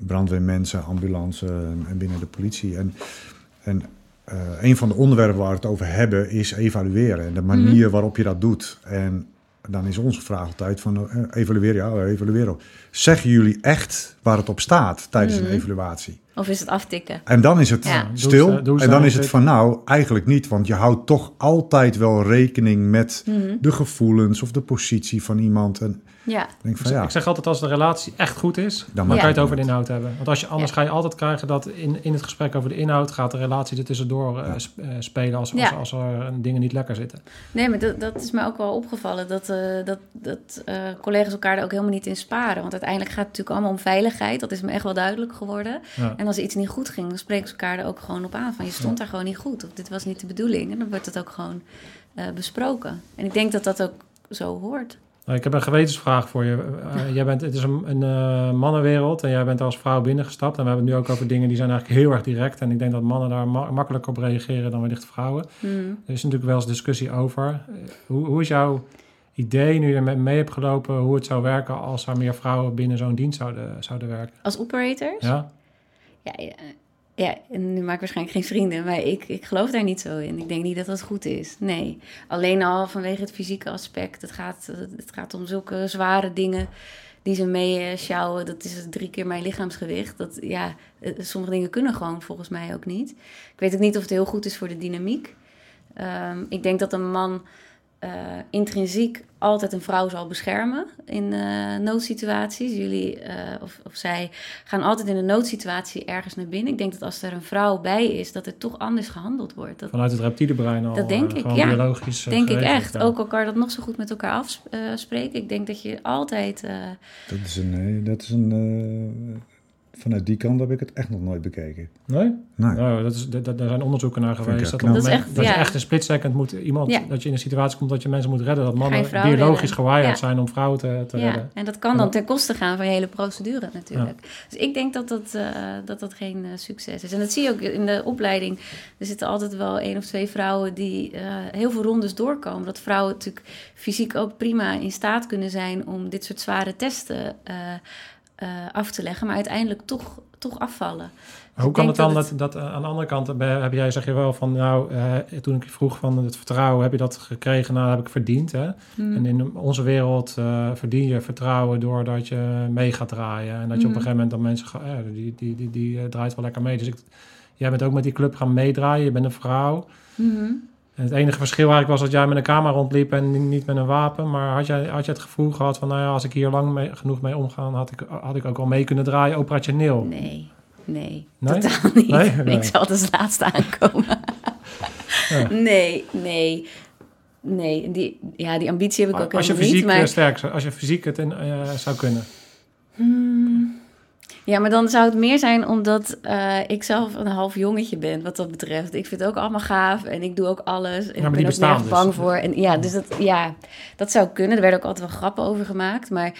brandweermensen, ambulance en binnen de politie. En een van de onderwerpen waar we het over hebben is evalueren. En de manier waarop je dat doet. En dan is onze vraag altijd van evalueren. Zeggen jullie echt waar het op staat tijdens een evaluatie? Of is het aftikken? En dan is het stil. En dan is het van eigenlijk niet. Want je houdt toch altijd wel rekening met de gevoelens of de positie van iemand. En denk van, Ik zeg altijd, als de relatie echt goed is, dan kan je het over de inhoud hebben. Want anders ga je altijd krijgen dat in het gesprek over de inhoud gaat de relatie er tussendoor spelen als er dingen niet lekker zitten. Nee, maar dat is mij ook wel opgevallen. Dat collega's elkaar er ook helemaal niet in sparen. Want uiteindelijk gaat het natuurlijk allemaal om veiligheid. Dat is me echt wel duidelijk geworden. Ja. En als er iets niet goed ging, dan spreken ze elkaar er ook gewoon op aan. Van je stond daar gewoon niet goed. Of dit was niet de bedoeling. En dan wordt het ook gewoon besproken. En ik denk dat dat ook zo hoort. Ik heb een gewetensvraag voor je. Het is een mannenwereld en jij bent als vrouw binnengestapt. En we hebben het nu ook over dingen die zijn eigenlijk heel erg direct. En ik denk dat mannen daar makkelijker op reageren dan wellicht vrouwen. Er is natuurlijk wel eens discussie over. Hoe is jouw idee, nu je er mee hebt gelopen, hoe het zou werken als er meer vrouwen binnen zo'n dienst zouden werken? Als operators? Ja, en nu maak ik waarschijnlijk geen vrienden, maar ik geloof daar niet zo in. Ik denk niet dat dat goed is. Nee, alleen al vanwege het fysieke aspect. Het gaat om zulke zware dingen die ze mee sjouwen. Dat is 3 keer mijn lichaamsgewicht. Sommige dingen kunnen gewoon volgens mij ook niet. Ik weet ook niet of het heel goed is voor de dynamiek. Ik denk dat een man intrinsiek altijd een vrouw zal beschermen in noodsituaties. Jullie of zij gaan altijd in een noodsituatie ergens naar binnen. Ik denk dat als er een vrouw bij is, dat er toch anders gehandeld wordt. Vanuit het reptiele brein al. Dat denk ik, biologisch. Denk ik echt. Ja. Ook al kan dat nog zo goed met elkaar afspreken. Ik denk dat je altijd... Dat is een vanuit die kant heb ik het echt nog nooit bekeken. Nee? Nou, daar zijn onderzoeken naar geweest. Dat je echt een split-second moet dat je in een situatie komt dat je mensen moet redden. Dat mannen biologisch gewired zijn om vrouwen te redden. En dat kan dan ten koste gaan van je hele procedure natuurlijk. Ja. Dus ik denk dat geen succes is. En dat zie je ook in de opleiding. Er zitten altijd wel 1 of 2 vrouwen die heel veel rondes doorkomen. Dat vrouwen natuurlijk fysiek ook prima in staat kunnen zijn om dit soort zware testen af te leggen, maar uiteindelijk toch afvallen. Dus hoe kan het dan dat aan de andere kant zeg je wel van toen ik je vroeg van het vertrouwen, heb je dat gekregen? Nou, dat heb ik verdiend. Hè? En in onze wereld verdien je vertrouwen doordat je mee gaat draaien en dat je op een gegeven moment dan mensen die draait wel lekker mee. Dus jij bent ook met die club gaan meedraaien. Je bent een vrouw. En het enige verschil eigenlijk was dat jij met een camera rondliep en niet met een wapen. Maar had je het gevoel gehad van, als ik hier genoeg mee omga, had ik ook wel mee kunnen draaien operationeel? Nee, totaal niet. Nee? Ik zal het als laatste aankomen. Ja. Nee. Die ambitie heb ik ook helemaal niet. Als je fysiek het zou kunnen. Ja, maar dan zou het meer zijn omdat ik zelf een half jongetje ben, wat dat betreft. Ik vind het ook allemaal gaaf en ik doe ook alles. En ik ben ook nergens bang voor. En dat zou kunnen. Er werden ook altijd wel grappen over gemaakt. Maar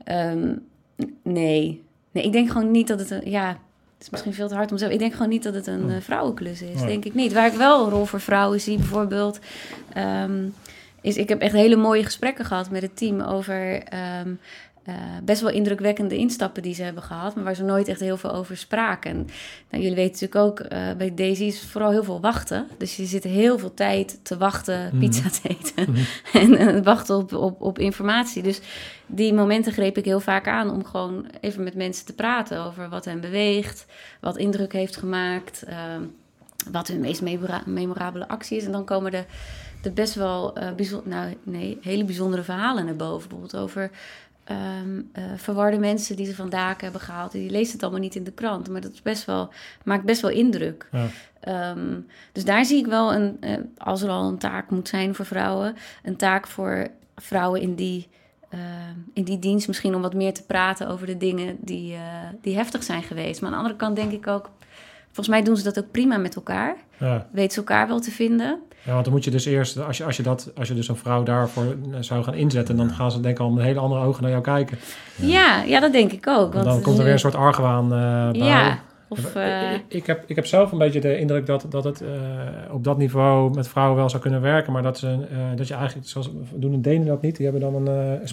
nee, ik denk gewoon niet dat het het is misschien veel te hard om te zeggen. Ik denk gewoon niet dat het een vrouwenklus is. Denk ik niet. Waar ik wel een rol voor vrouwen zie bijvoorbeeld, is ik heb echt hele mooie gesprekken gehad met het team over best wel indrukwekkende instappen die ze hebben gehad, maar waar ze nooit echt heel veel over spraken. En jullie weten natuurlijk ook, bij Daisy is vooral heel veel wachten. Dus je zit heel veel tijd te wachten, pizza te eten en wachten op informatie. Dus die momenten greep ik heel vaak aan om gewoon even met mensen te praten over wat hen beweegt, wat indruk heeft gemaakt, wat hun meest memorabele actie is. En dan komen de best wel hele bijzondere verhalen naar boven. Bijvoorbeeld over verwarde mensen die ze vandaag hebben gehaald. Die leest het allemaal niet in de krant, maar dat is maakt best wel indruk. Ja. Dus daar zie ik wel als er al een taak moet zijn voor vrouwen, een taak voor vrouwen in die dienst misschien om wat meer te praten over de dingen die heftig zijn geweest. Maar aan de andere kant denk ik ook, volgens mij doen ze dat ook prima met elkaar. Ja. Weten ze elkaar wel te vinden. Ja, want dan moet je dus eerst, als je dus een vrouw daarvoor zou gaan inzetten, dan gaan ze denk ik al met hele andere ogen naar jou kijken. Ja, dat denk ik ook. Want dan komt er weer een soort argwaan bij. Of, Ik heb zelf een beetje de indruk dat het op dat niveau met vrouwen wel zou kunnen werken. Maar dat je eigenlijk, zoals doen de Denen dat niet. Die hebben dan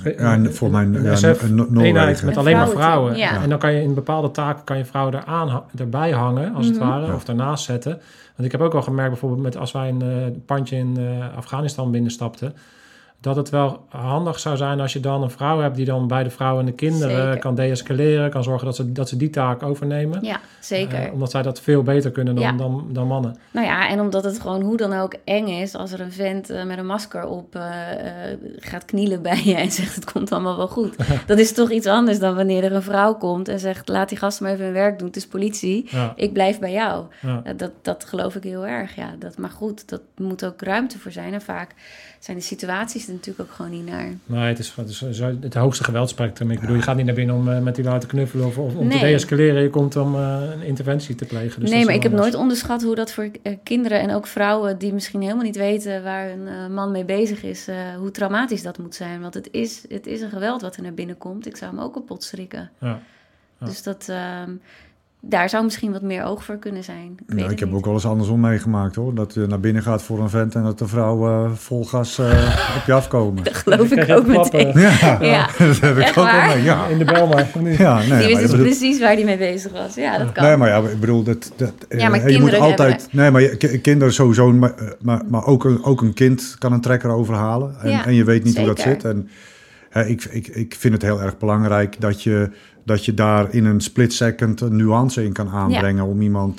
een SF-eenheid met alleen maar vrouwen. Ja. En dan kan je in bepaalde taken vrouwen erbij hangen, als het ware. Of daarnaast zetten. Want ik heb ook wel gemerkt, bijvoorbeeld als wij een pandje in Afghanistan binnenstapten, dat het wel handig zou zijn als je dan een vrouw hebt die dan bij de vrouwen en de kinderen kan deescaleren, kan zorgen dat ze die taak overnemen. Ja, zeker. Omdat zij dat veel beter kunnen dan mannen. Nou ja, en omdat het gewoon hoe dan ook eng is als er een vent met een masker op gaat knielen bij je en zegt het komt allemaal wel goed. Dat is toch iets anders dan wanneer er een vrouw komt en zegt laat die gast maar even hun werk doen, het is politie, ik blijf bij jou. Ja. Dat geloof ik heel erg, ja. Maar goed, dat moet ook ruimte voor zijn en vaak zijn de situaties er natuurlijk ook gewoon niet naar. Nee, het is het hoogste geweldspectrum. Ik bedoel, je gaat niet naar binnen om met die te knuffelen of om te deescaleren. Je komt om een interventie te plegen. Dus maar ik heb nooit onderschat hoe dat voor kinderen en ook vrouwen die misschien helemaal niet weten waar een man mee bezig is, hoe traumatisch dat moet zijn. Want het is een geweld wat er naar binnen komt. Ik zou hem ook kapot schrikken. Ja. Dus dat... daar zou misschien wat meer oog voor kunnen zijn. Ik heb ook wel eens andersom meegemaakt, hoor. Dat je naar binnen gaat voor een vent en dat de vrouwen vol gas op je afkomen. Dat geloof ik ook meteen. Ja, dat heb ik ook wel mee. Ja. In de Belmar. Ja, die wist dus precies waar die mee bezig was. Ja, dat kan. Nee, maar ik bedoel... maar je moet altijd... Nee, maar kinderen sowieso... Maar ook een kind kan een trekker overhalen. En je weet niet zeker hoe dat zit. En ik vind het heel erg belangrijk dat je daar in een split second een nuance in kan aanbrengen om iemand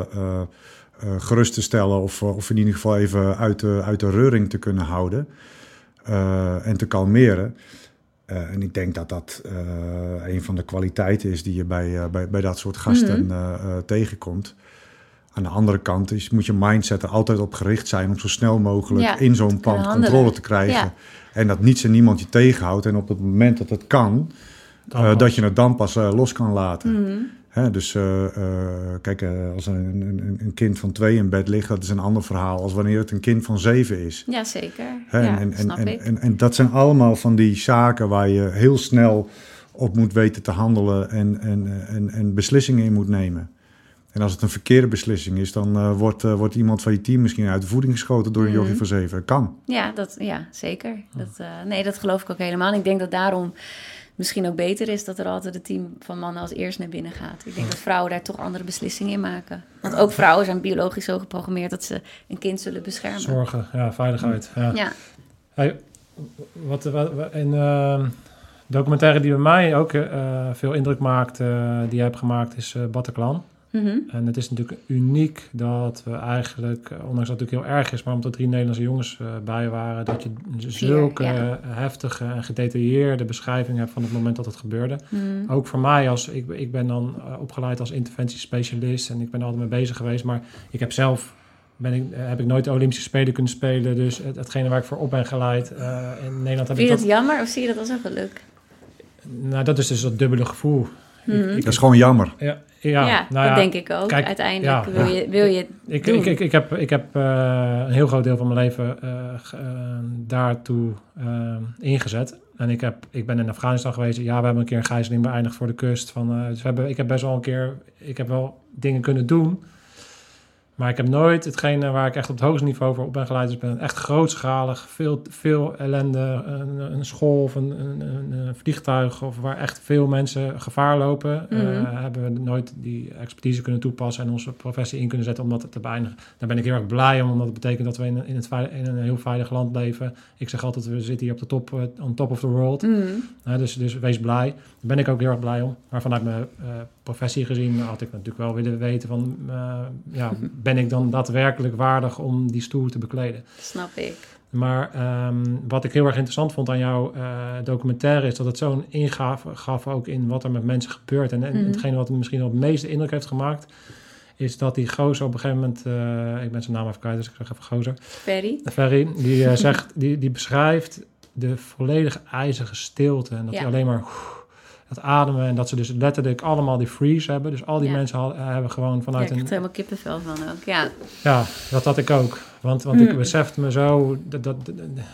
gerust te stellen of in ieder geval even uit de reuring te kunnen houden en te kalmeren. En ik denk dat een van de kwaliteiten is die je bij dat soort gasten tegenkomt. Aan de andere kant moet je mindset er altijd op gericht zijn om zo snel mogelijk in zo'n pand controle te krijgen. Ja. En dat niets en niemand je tegenhoudt. En op het moment dat het kan, dat je het dan pas los kan laten. Mm-hmm. Dus kijk, als een kind van 2 in bed ligt, dat is een ander verhaal als wanneer het een kind van 7 is. Ja, zeker. Snap ik. En dat zijn allemaal van die zaken waar je heel snel op moet weten te handelen en beslissingen in moet nemen. En als het een verkeerde beslissing is, dan wordt iemand van je team misschien uit de voeding geschoten door een jochie van 7. Kan. Ja, zeker. Dat geloof ik ook helemaal. En ik denk dat daarom misschien ook beter is dat er altijd een team van mannen als eerst naar binnen gaat. Ik denk dat vrouwen daar toch andere beslissingen in maken. Want ook vrouwen zijn biologisch zo geprogrammeerd dat ze een kind zullen beschermen. Zorgen, veiligheid. Ja. Hey, documentaire die bij mij ook veel indruk maakt, die je hebt gemaakt, is Bataclan. Mm-hmm. En het is natuurlijk uniek dat we eigenlijk, ondanks dat het natuurlijk heel erg is, maar omdat er 3 Nederlandse jongens bij waren, dat je zulke heftige en gedetailleerde beschrijvingen hebt van het moment dat het gebeurde. Mm. Ook voor mij, ik ben dan opgeleid als interventiespecialist en ik ben er altijd mee bezig geweest, maar ik heb zelf heb ik nooit de Olympische Spelen kunnen spelen, dus hetgene waar ik voor op ben geleid in Nederland heb Vind je dat jammer of zie je dat als een geluk? Nou, dat is dus dat dubbele gevoel. Mm-hmm. Dat is gewoon jammer. Ja, dat denk ik ook. Kijk, uiteindelijk wil je het doen. Ik heb een heel groot deel van mijn leven daartoe ingezet. En ik ben in Afghanistan geweest. Ja, we hebben een keer een gijzeling beëindigd voor de kust. Dus ik heb best wel een keer... Ik heb wel dingen kunnen doen. Maar ik heb nooit hetgene waar ik echt op het hoogste niveau voor op ben geleid. Dus ik ben echt grootschalig, veel ellende, een school of een vliegtuig of waar echt veel mensen gevaar lopen. Mm-hmm. Hebben we nooit die expertise kunnen toepassen en onze professie in kunnen zetten om dat te beëindigen. Daar ben ik heel erg blij om, omdat het betekent dat we in een heel veilig land leven. Ik zeg altijd, we zitten hier op de top, on top of the world. Mm-hmm. Dus wees blij. Daar ben ik ook heel erg blij om. Maar vanuit mijn professie gezien had ik natuurlijk wel willen weten van... ben ik dan daadwerkelijk waardig om die stoel te bekleden? Snap ik. Maar wat ik heel erg interessant vond aan jouw documentaire is dat het zo'n ingave gaf ook in wat er met mensen gebeurt. En hetgene wat misschien het meeste indruk heeft gemaakt, is dat die gozer op een gegeven moment... ik ben zijn naam even kwijt, dus ik zeg even gozer. Ferry, die zegt, die beschrijft de volledig ijzige stilte. En dat hij alleen maar... dat ademen en dat ze dus letterlijk allemaal die freeze hebben. Dus al die mensen hebben gewoon vanuit ik heb er helemaal kippenvel van ook, Ja, dat had ik ook. Want ik besefte me zo...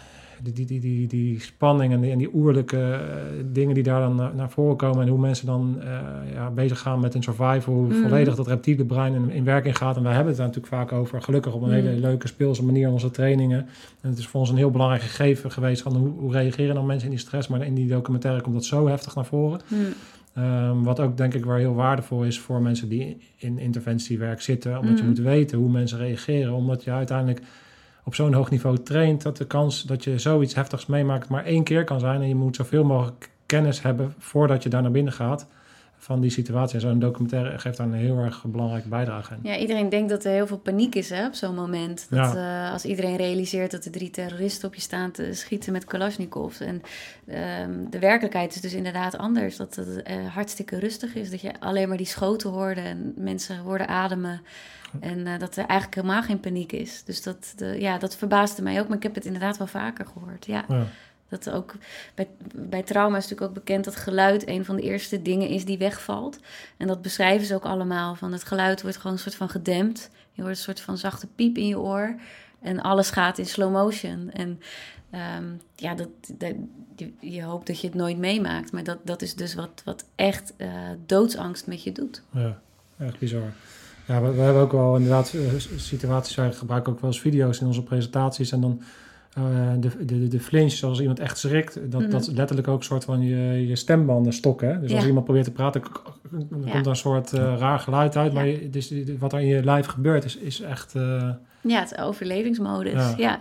die spanning en die oerlijke dingen die daar dan naar voren komen en hoe mensen dan bezig gaan met een survival, hoe volledig dat reptiele brein in werking gaat. En wij hebben het daar natuurlijk vaak over, gelukkig op een hele leuke speelse manier in onze trainingen. En het is voor ons een heel belangrijk gegeven geweest van hoe reageren dan mensen in die stress, maar in die documentaire komt dat zo heftig naar voren. Wat ook denk ik weer heel waardevol is voor mensen die in interventiewerk zitten, omdat je moet weten hoe mensen reageren, omdat je uiteindelijk op zo'n hoog niveau traint, dat de kans dat je zoiets heftigs meemaakt maar 1 keer kan zijn. En je moet zoveel mogelijk kennis hebben voordat je daar naar binnen gaat van die situatie. En zo'n documentaire geeft daar een heel erg belangrijke bijdrage in. Ja, iedereen denkt dat er heel veel paniek is op zo'n moment. Dat, als iedereen realiseert dat er 3 terroristen op je staan te schieten met Kalashnikovs. En de werkelijkheid is dus inderdaad anders. Dat het hartstikke rustig is. Dat je alleen maar die schoten hoorde en mensen hoorden ademen. En dat er eigenlijk helemaal geen paniek is. Dus dat verbaasde mij ook. Maar ik heb het inderdaad wel vaker gehoord. Ja. Dat ook bij trauma is natuurlijk ook bekend dat geluid een van de eerste dingen is die wegvalt. En dat beschrijven ze ook allemaal. Van het geluid wordt gewoon een soort van gedempt. Je hoort een soort van zachte piep in je oor. En alles gaat in slow motion. En je hoopt dat je het nooit meemaakt. Maar dat is dus wat echt doodsangst met je doet. Ja, echt bizar. Ja, we hebben ook wel inderdaad situaties, wij gebruiken ook wel eens video's in onze presentaties en dan de flinch, als iemand echt schrikt, dat letterlijk ook een soort van je stembanden stokken. Hè? Dus als iemand probeert te praten, komt er een soort raar geluid uit, maar dus wat er in je lijf gebeurt is echt... het is overlevingsmodus, ja.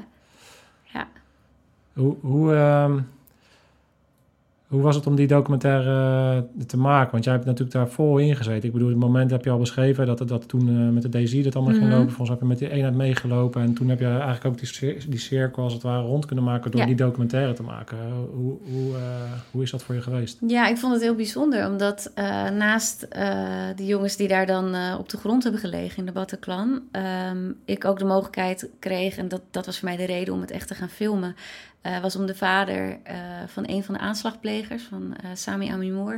Hoe was het om die documentaire te maken? Want jij hebt natuurlijk daar vol in gezeten. Ik bedoel, het moment heb je al beschreven dat toen met de DSI dat allemaal ging lopen. Volgens mij heb je met die eenheid meegelopen. En toen heb je eigenlijk ook die cirkel als het ware rond kunnen maken door die documentaire te maken. Hoe is dat voor je geweest? Ja, ik vond het heel bijzonder. Omdat naast die jongens die daar dan op de grond hebben gelegen in de Bataclan, ik ook de mogelijkheid kreeg, en dat was voor mij de reden om het echt te gaan filmen, was om de vader van een van de aanslagplegers, van Sami Aminour,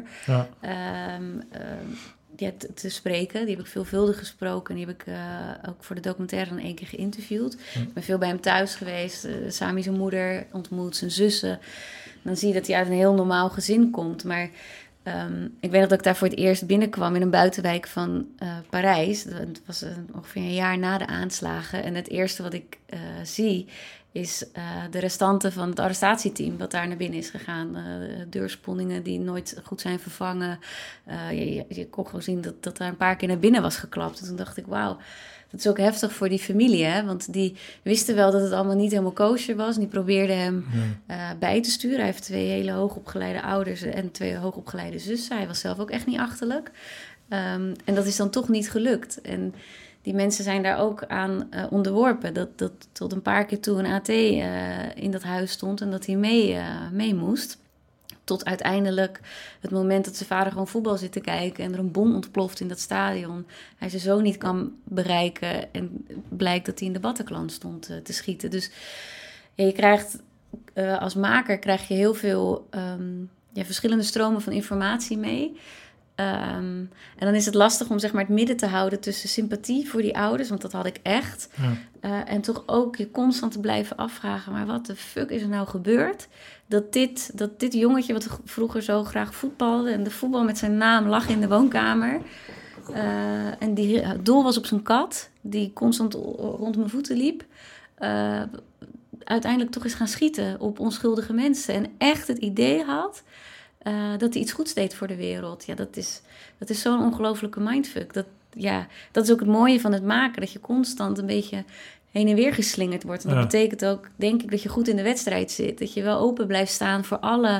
te spreken. Die heb ik veelvuldig gesproken. Die heb ik ook voor de documentaire dan 1 keer geïnterviewd. Ik ben veel bij hem thuis geweest. Sami zijn moeder ontmoet, zijn zussen. Dan zie je dat hij uit een heel normaal gezin komt. Maar ik weet nog dat ik daar voor het eerst binnenkwam in een buitenwijk van Parijs. Dat was ongeveer een jaar na de aanslagen. En het eerste wat ik zie is de restanten van het arrestatieteam wat daar naar binnen is gegaan. Deursponningen die nooit goed zijn vervangen. Je kon gewoon zien dat daar een paar keer naar binnen was geklapt. En toen dacht ik, wauw, dat is ook heftig voor die familie. Hè? Want die wisten wel dat het allemaal niet helemaal kosher was. En die probeerden hem bij te sturen. Hij heeft 2 hele hoogopgeleide ouders en 2 hoogopgeleide zussen. Hij was zelf ook echt niet achterlijk. En dat is dan toch niet gelukt. En die mensen zijn daar ook aan onderworpen. Dat tot een paar keer toe een AT in dat huis stond en dat hij mee moest. Tot uiteindelijk het moment dat zijn vader gewoon voetbal zit te kijken en er een bom ontploft in dat stadion. Hij zijn zoon niet kan bereiken en blijkt dat hij in de Bataclan stond te schieten. Dus je krijgt als maker krijg je heel veel verschillende stromen van informatie mee. En dan is het lastig om zeg maar het midden te houden tussen sympathie voor die ouders, want dat had ik echt. En toch ook je constant te blijven afvragen, maar wat de fuck is er nou gebeurd? Dat dit jongetje wat vroeger zo graag voetbalde en de voetbal met zijn naam lag in de woonkamer. En die dol was op zijn kat, die constant rond mijn voeten liep. Uiteindelijk toch is gaan schieten op onschuldige mensen. En echt het idee had dat hij iets goeds deed voor de wereld. Ja, dat is zo'n ongelofelijke mindfuck. Dat is ook het mooie van het maken. Dat je constant een beetje heen en weer geslingerd wordt. En dat betekent ook, denk ik, dat je goed in de wedstrijd zit. Dat je wel open blijft staan voor alle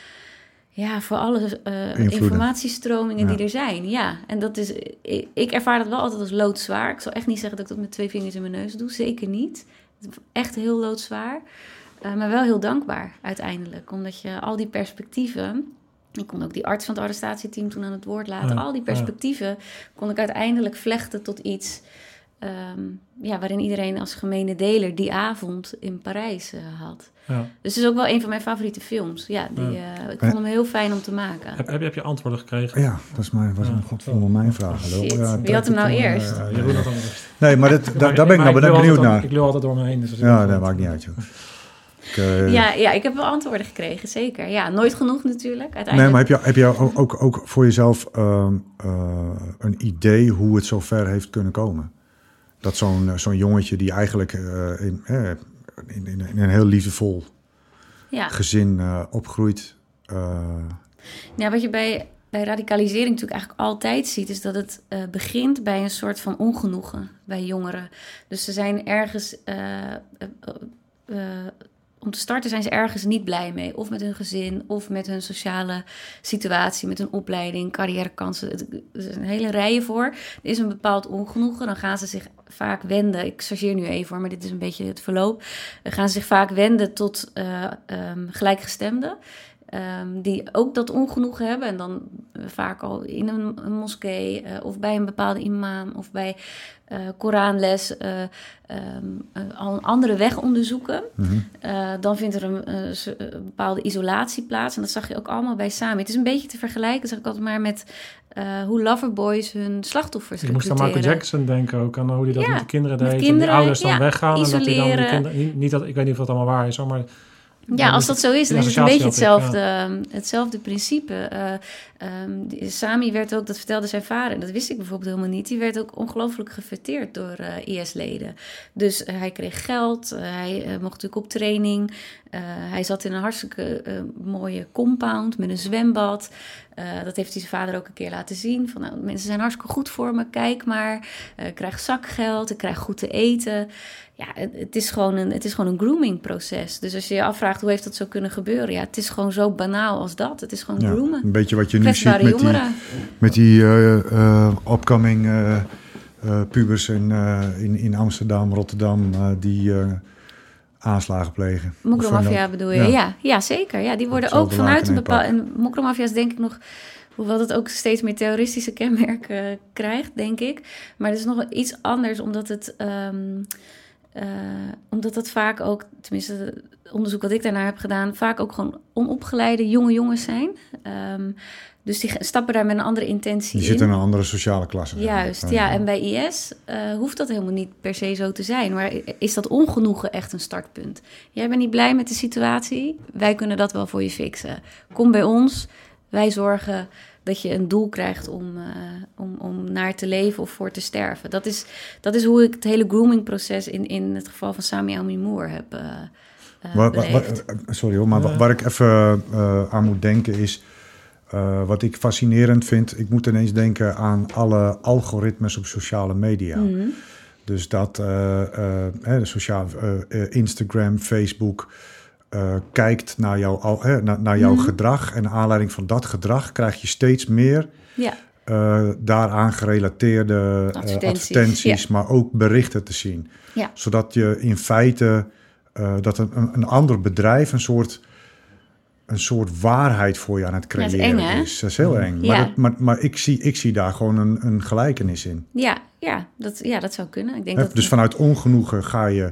informatiestromingen die er zijn. Ja, en dat is, ik ervaar dat wel altijd als loodzwaar. Ik zal echt niet zeggen dat ik dat met 2 vingers in mijn neus doe. Zeker niet. Echt heel loodzwaar. Maar wel heel dankbaar uiteindelijk. Omdat je al die perspectieven... Ik kon ook die arts van het arrestatieteam toen aan het woord laten. Al die perspectieven kon ik uiteindelijk vlechten tot iets... waarin iedereen als gemene deler die avond in Parijs had. Ja. Dus het is ook wel een van mijn favoriete films. Ja, ik vond hem heel fijn om te maken. Heb je antwoorden gekregen? Ja, dat was een godverdomme mijn vraag. Wie had hem nou eerst? Jeroen had hem eerst. Nee, maar daar ben ik nou benieuwd naar. Ik loop altijd door me heen. Dus dat maakt niet uit, joh. Ja, ik heb wel antwoorden gekregen, zeker. Ja, nooit genoeg natuurlijk, uiteindelijk. Nee, maar heb je ook voor jezelf een idee hoe het zover heeft kunnen komen? Dat zo'n jongetje die eigenlijk in een heel liefdevol gezin opgroeit. Ja, wat je bij radicalisering natuurlijk eigenlijk altijd ziet, is dat het begint bij een soort van ongenoegen bij jongeren. Dus ze zijn ergens, om te starten zijn ze ergens niet blij mee. Of met hun gezin, of met hun sociale situatie, met hun opleiding, carrièrekansen. Er zijn hele rijen voor. Er is een bepaald ongenoegen, dan gaan ze zich vaak wenden. Ik chargeer nu even hoor, maar dit is een beetje het verloop. Dan gaan ze zich vaak wenden tot gelijkgestemden. Die ook dat ongenoegen hebben. En dan vaak al in een moskee of bij een bepaalde imam of bij Koranles al een andere weg onderzoeken. Mm-hmm. Dan vindt er een bepaalde isolatie plaats. En dat zag je ook allemaal bij Sami. Het is een beetje te vergelijken, zeg ik altijd maar, met hoe loverboys hun slachtoffers recruteren. Je moest aan Michael Jackson denken ook, aan hoe hij dat met de kinderen deed. En die ouders dan weggaan. Isoleren. En dat hij dan die kinderen, ik weet niet of dat allemaal waar is, maar... Ja, als dat zo is, dan is het een beetje hetzelfde principe. Sami werd ook, dat vertelde zijn vader, en dat wist ik bijvoorbeeld helemaal niet, die werd ook ongelooflijk gefeteerd door IS-leden. Dus hij kreeg geld, hij mocht natuurlijk op training, hij zat in een hartstikke mooie compound met een zwembad. Dat heeft hij zijn vader ook een keer laten zien. Van, nou, mensen zijn hartstikke goed voor me, kijk maar. Ik krijg zakgeld, ik krijg goed te eten. Ja, het is gewoon een grooming-proces. Dus als je je afvraagt hoe heeft dat zo kunnen gebeuren... ja, het is gewoon zo banaal als dat. Het is gewoon groomen. Een beetje wat je nu ziet met die upcoming pubers in Amsterdam, Rotterdam... die aanslagen plegen. Mokromafia bedoel je? Ja, zeker. Ja, die worden ook vanuit een bepaalde... En mokromafia is denk ik nog... Hoewel het ook steeds meer terroristische kenmerken krijgt, denk ik. Maar het is nog iets anders, omdat het vaak ook, tenminste het onderzoek dat ik daarnaar heb gedaan, vaak ook gewoon onopgeleide jonge jongens zijn. Dus die stappen daar met een andere intentie in. Die zitten in een andere sociale klasse. Juist, ja. En bij IS hoeft dat helemaal niet per se zo te zijn. Maar is dat ongenoegen echt een startpunt? Jij bent niet blij met de situatie? Wij kunnen dat wel voor je fixen. Kom bij ons. Wij zorgen dat je een doel krijgt om naar te leven of voor te sterven. Dat is hoe ik het hele groomingproces in het geval van Sami Al-Mimour heb beleefd. Sorry hoor, maar waar ik even aan moet denken is... wat ik fascinerend vind... ik moet ineens denken aan alle algoritmes op sociale media. Mm-hmm. Dus dat Instagram, Facebook... kijkt naar jouw gedrag. En naar aanleiding van dat gedrag krijg je steeds meer daaraan gerelateerde advertenties, maar ook berichten te zien. Ja. Zodat je in feite dat een ander bedrijf een soort waarheid voor je aan het creëren is. Dat is heel eng. Ja. Maar ik zie daar gewoon een gelijkenis in. Dat zou kunnen. Ik denk dus vanuit ongenoegen ga je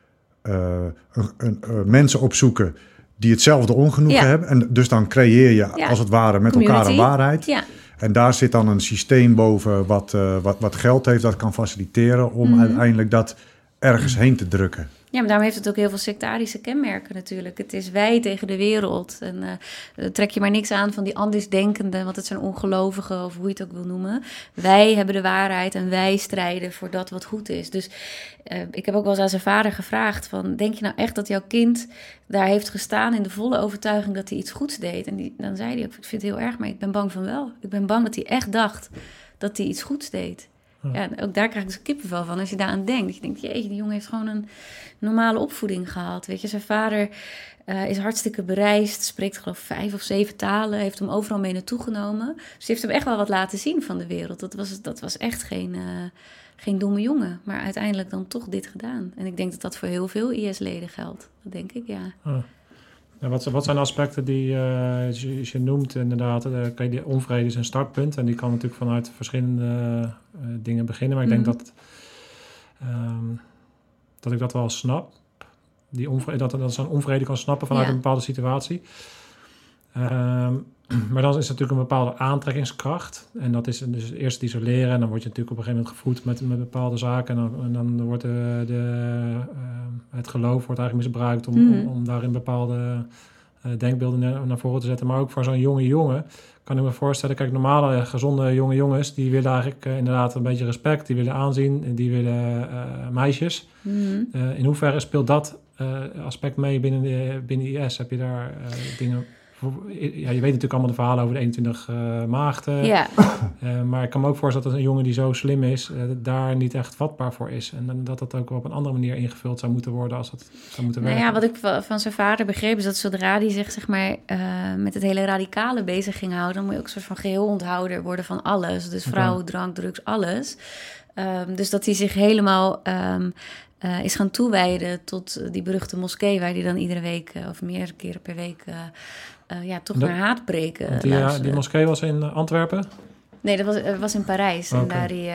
mensen opzoeken die hetzelfde ongenoegen hebben. En dus dan creëer je als het ware met elkaar een waarheid. Ja. En daar zit dan een systeem boven wat geld heeft, dat kan faciliteren om uiteindelijk dat ergens heen te drukken. Ja, maar daarom heeft het ook heel veel sectarische kenmerken natuurlijk. Het is wij tegen de wereld. En trek je maar niks aan van die andersdenkenden, want het zijn ongelovigen of hoe je het ook wil noemen. Wij hebben de waarheid en wij strijden voor dat wat goed is. Dus ik heb ook wel eens aan zijn vader gevraagd van, denk je nou echt dat jouw kind daar heeft gestaan in de volle overtuiging dat hij iets goeds deed? En dan zei hij ook, ik vind het heel erg, maar ik ben bang van wel. Ik ben bang dat hij echt dacht dat hij iets goeds deed. Ja, ook daar krijg ik dus kippenvel van als je daaraan denkt. Dat je denkt, jeetje, die jongen heeft gewoon een normale opvoeding gehad. Weet je, zijn vader is hartstikke bereisd, spreekt geloof ik 5 of 7 talen, heeft hem overal mee naartoe genomen. Dus die heeft hem echt wel wat laten zien van de wereld. Dat was echt geen domme jongen, maar uiteindelijk dan toch dit gedaan. En ik denk dat dat voor heel veel IS-leden geldt. Dat denk ik, ja. En wat zijn aspecten die je noemt inderdaad? Die onvrede is een startpunt en die kan natuurlijk vanuit verschillende dingen beginnen. Maar ik denk dat ik dat wel snap. Dat zo'n onvrede kan snappen vanuit een bepaalde situatie. Maar dan is er natuurlijk een bepaalde aantrekkingskracht. En dat is dus eerst isoleren. En dan word je natuurlijk op een gegeven moment gevoed met bepaalde zaken. En dan wordt het geloof wordt eigenlijk misbruikt om daarin bepaalde denkbeelden naar voren te zetten. Maar ook voor zo'n jonge jongen kan ik me voorstellen, kijk, normale, gezonde jonge jongens, die willen eigenlijk inderdaad een beetje respect, die willen aanzien, die willen meisjes. In hoeverre speelt dat aspect mee binnen IS? Heb je daar dingen... Ja, je weet natuurlijk allemaal de verhalen over de 21 maagden. Ja. Maar ik kan me ook voorstellen dat een jongen die zo slim is, daar niet echt vatbaar voor is. En dat ook op een andere manier ingevuld zou moeten worden als dat zou moeten werken. Ja, wat ik van zijn vader begreep is dat zodra hij zich zeg maar, met het hele radicale bezig ging houden, dan moet je ook een soort van geheel onthouder worden van alles. Dus vrouwen, drank, drugs, alles. Dus dat hij zich helemaal is gaan toewijden tot die beruchte moskee, waar hij dan iedere week of meerdere keren per week toch naar haatpreken luisterde. Die moskee was in Antwerpen? Nee, dat was in Parijs. Okay.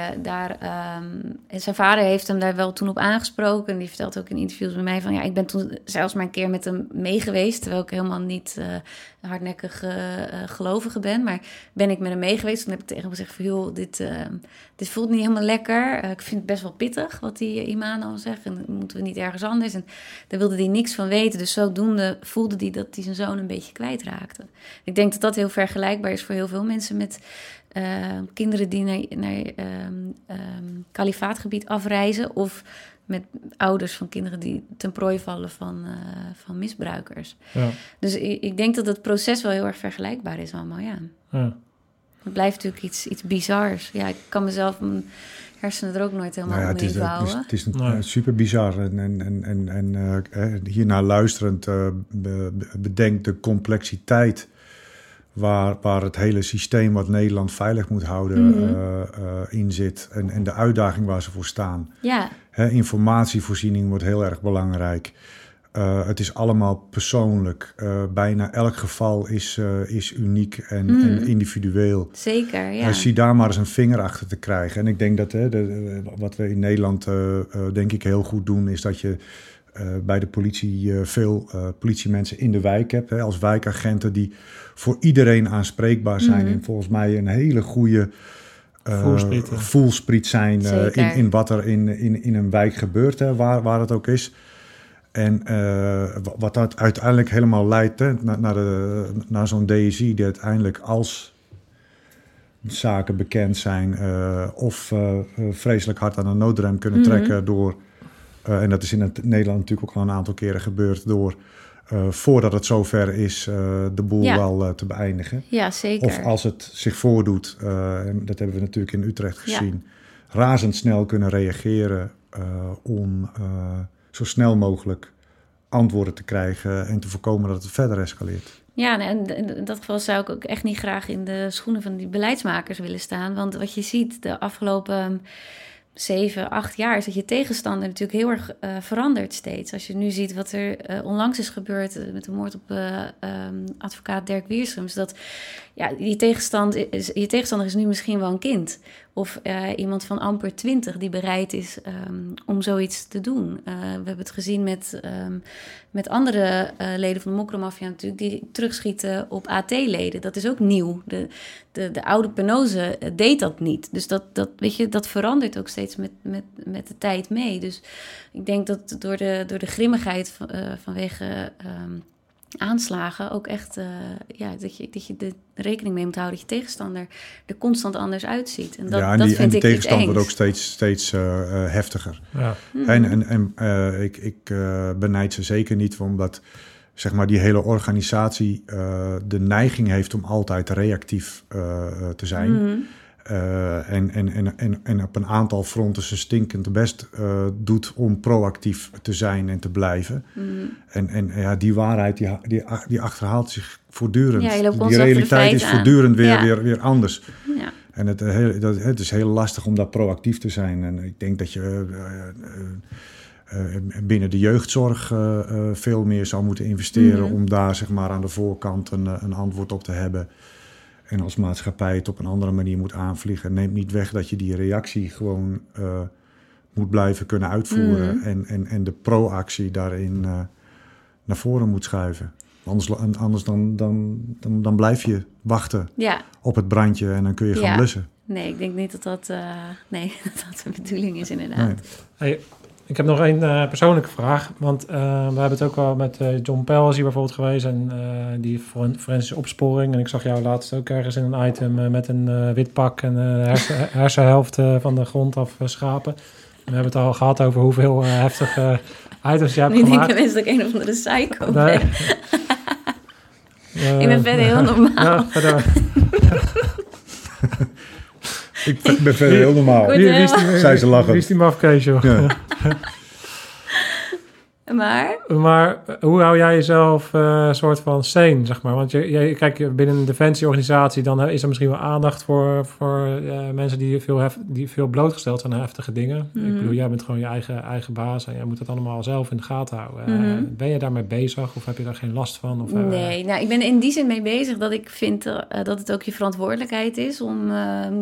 En zijn vader heeft hem daar wel toen op aangesproken. En die vertelt ook in interviews met mij van... ja, ik ben toen zelfs maar een keer met hem mee geweest... terwijl ik helemaal niet hardnekkig gelovige ben. Maar ben ik met hem mee geweest. Toen heb ik tegen hem gezegd van... joh, dit voelt niet helemaal lekker. Ik vind het best wel pittig wat die imam al zegt. En dan moeten we niet ergens anders. En daar wilde hij niks van weten. Dus zodoende voelde hij dat hij zijn zoon een beetje kwijtraakte. Ik denk dat dat heel vergelijkbaar is voor heel veel mensen met... kinderen die naar kalifaatgebied afreizen... of met ouders van kinderen die ten prooi vallen van misbruikers. Ja. Dus ik denk dat het proces wel heel erg vergelijkbaar is allemaal, ja. Het blijft natuurlijk iets bizars. Ja, ik kan mezelf mijn hersenen er ook nooit helemaal omheen vouwen. Het is super bizar. En hiernaar luisterend bedenk de complexiteit... Waar het hele systeem wat Nederland veilig moet houden in zit. En de uitdaging waar ze voor staan. Ja. Informatievoorziening wordt heel erg belangrijk. Het is allemaal persoonlijk. Bijna elk geval is uniek en individueel. Zeker, ja. Zie daar maar eens een vinger achter te krijgen. En ik denk dat wat we in Nederland denk ik heel goed doen... is dat je... bij de politie veel politiemensen in de wijk hebt. Als wijkagenten die voor iedereen aanspreekbaar zijn. En volgens mij een hele goede voelspriet zijn in wat er in een wijk gebeurt. Waar het ook is. En wat dat uiteindelijk helemaal leidt naar zo'n DSI... die uiteindelijk als zaken bekend zijn... of vreselijk hard aan een noodrem kunnen trekken door... en dat is in Nederland natuurlijk ook al een aantal keren gebeurd... door voordat het zover is de boel wel te beëindigen. Ja, zeker. Of als het zich voordoet, en dat hebben we natuurlijk in Utrecht gezien... razendsnel kunnen reageren om zo snel mogelijk antwoorden te krijgen... en te voorkomen dat het verder escaleert. Ja, en in dat geval zou ik ook echt niet graag in de schoenen van die beleidsmakers willen staan. Want wat je ziet de afgelopen 7, 8 jaar is dat je tegenstander natuurlijk heel erg verandert steeds. Als je nu ziet wat er onlangs is gebeurd met de moord op advocaat Dirk Wiersums. Dat je tegenstander is nu misschien wel een kind. Of iemand van amper 20 die bereid is om zoiets te doen. We hebben het gezien met andere leden van de mokromafia natuurlijk... die terugschieten op AT-leden. Dat is ook nieuw. De oude Penose deed dat niet. Dus dat verandert ook steeds met de tijd mee. Dus ik denk dat door de grimmigheid vanwege... aanslagen ook echt dat je de rekening mee moet houden dat je tegenstander er constant anders uitziet. En dat vind ik tegenstand wordt ook steeds heftiger. Ja. En ik benijd ze zeker niet, omdat zeg maar die hele organisatie de neiging heeft om altijd reactief te zijn. En op een aantal fronten zijn stinkend best doet om proactief te zijn en te blijven. En die waarheid die achterhaalt zich voortdurend. Die realiteit is voortdurend weer anders. Ja. En het is heel lastig om daar proactief te zijn. En ik denk dat je binnen de jeugdzorg veel meer zou moeten investeren... om daar zeg maar aan de voorkant een antwoord op te hebben... En als maatschappij het op een andere manier moet aanvliegen... neemt niet weg dat je die reactie gewoon moet blijven kunnen uitvoeren... En de proactie daarin naar voren moet schuiven. Anders dan blijf je wachten op het brandje en dan kun je gaan blussen. Nee, ik denk niet dat de bedoeling is inderdaad. Nee. Hey, Ik heb nog één persoonlijke vraag. Want we hebben het ook al met John Pell is hier bijvoorbeeld geweest. En die forensische opsporing. En ik zag jou laatst ook ergens in een item met een wit pak en hersenhelft van de grond af schrapen. We hebben het al gehad over hoeveel heftige items je hebt gemaakt. Nu denken mensen dat ik een of andere psycho ben. Nee. Ik ben verder heel normaal. Ja, verder. Ik ben verder heel normaal. Goed, Zei ze lachen. Wie is die mafkees, joh? Ja. Maar hoe hou jij jezelf soort van sane, zeg maar? Want kijk, binnen een defensieorganisatie dan is er misschien wel aandacht voor mensen die veel blootgesteld zijn aan heftige dingen. Ik bedoel, jij bent gewoon je eigen baas en jij moet het allemaal zelf in de gaten houden. Ben je daarmee bezig of heb je daar geen last van? Of, nee, nou, ik ben in die zin mee bezig dat ik vind dat het ook je verantwoordelijkheid is om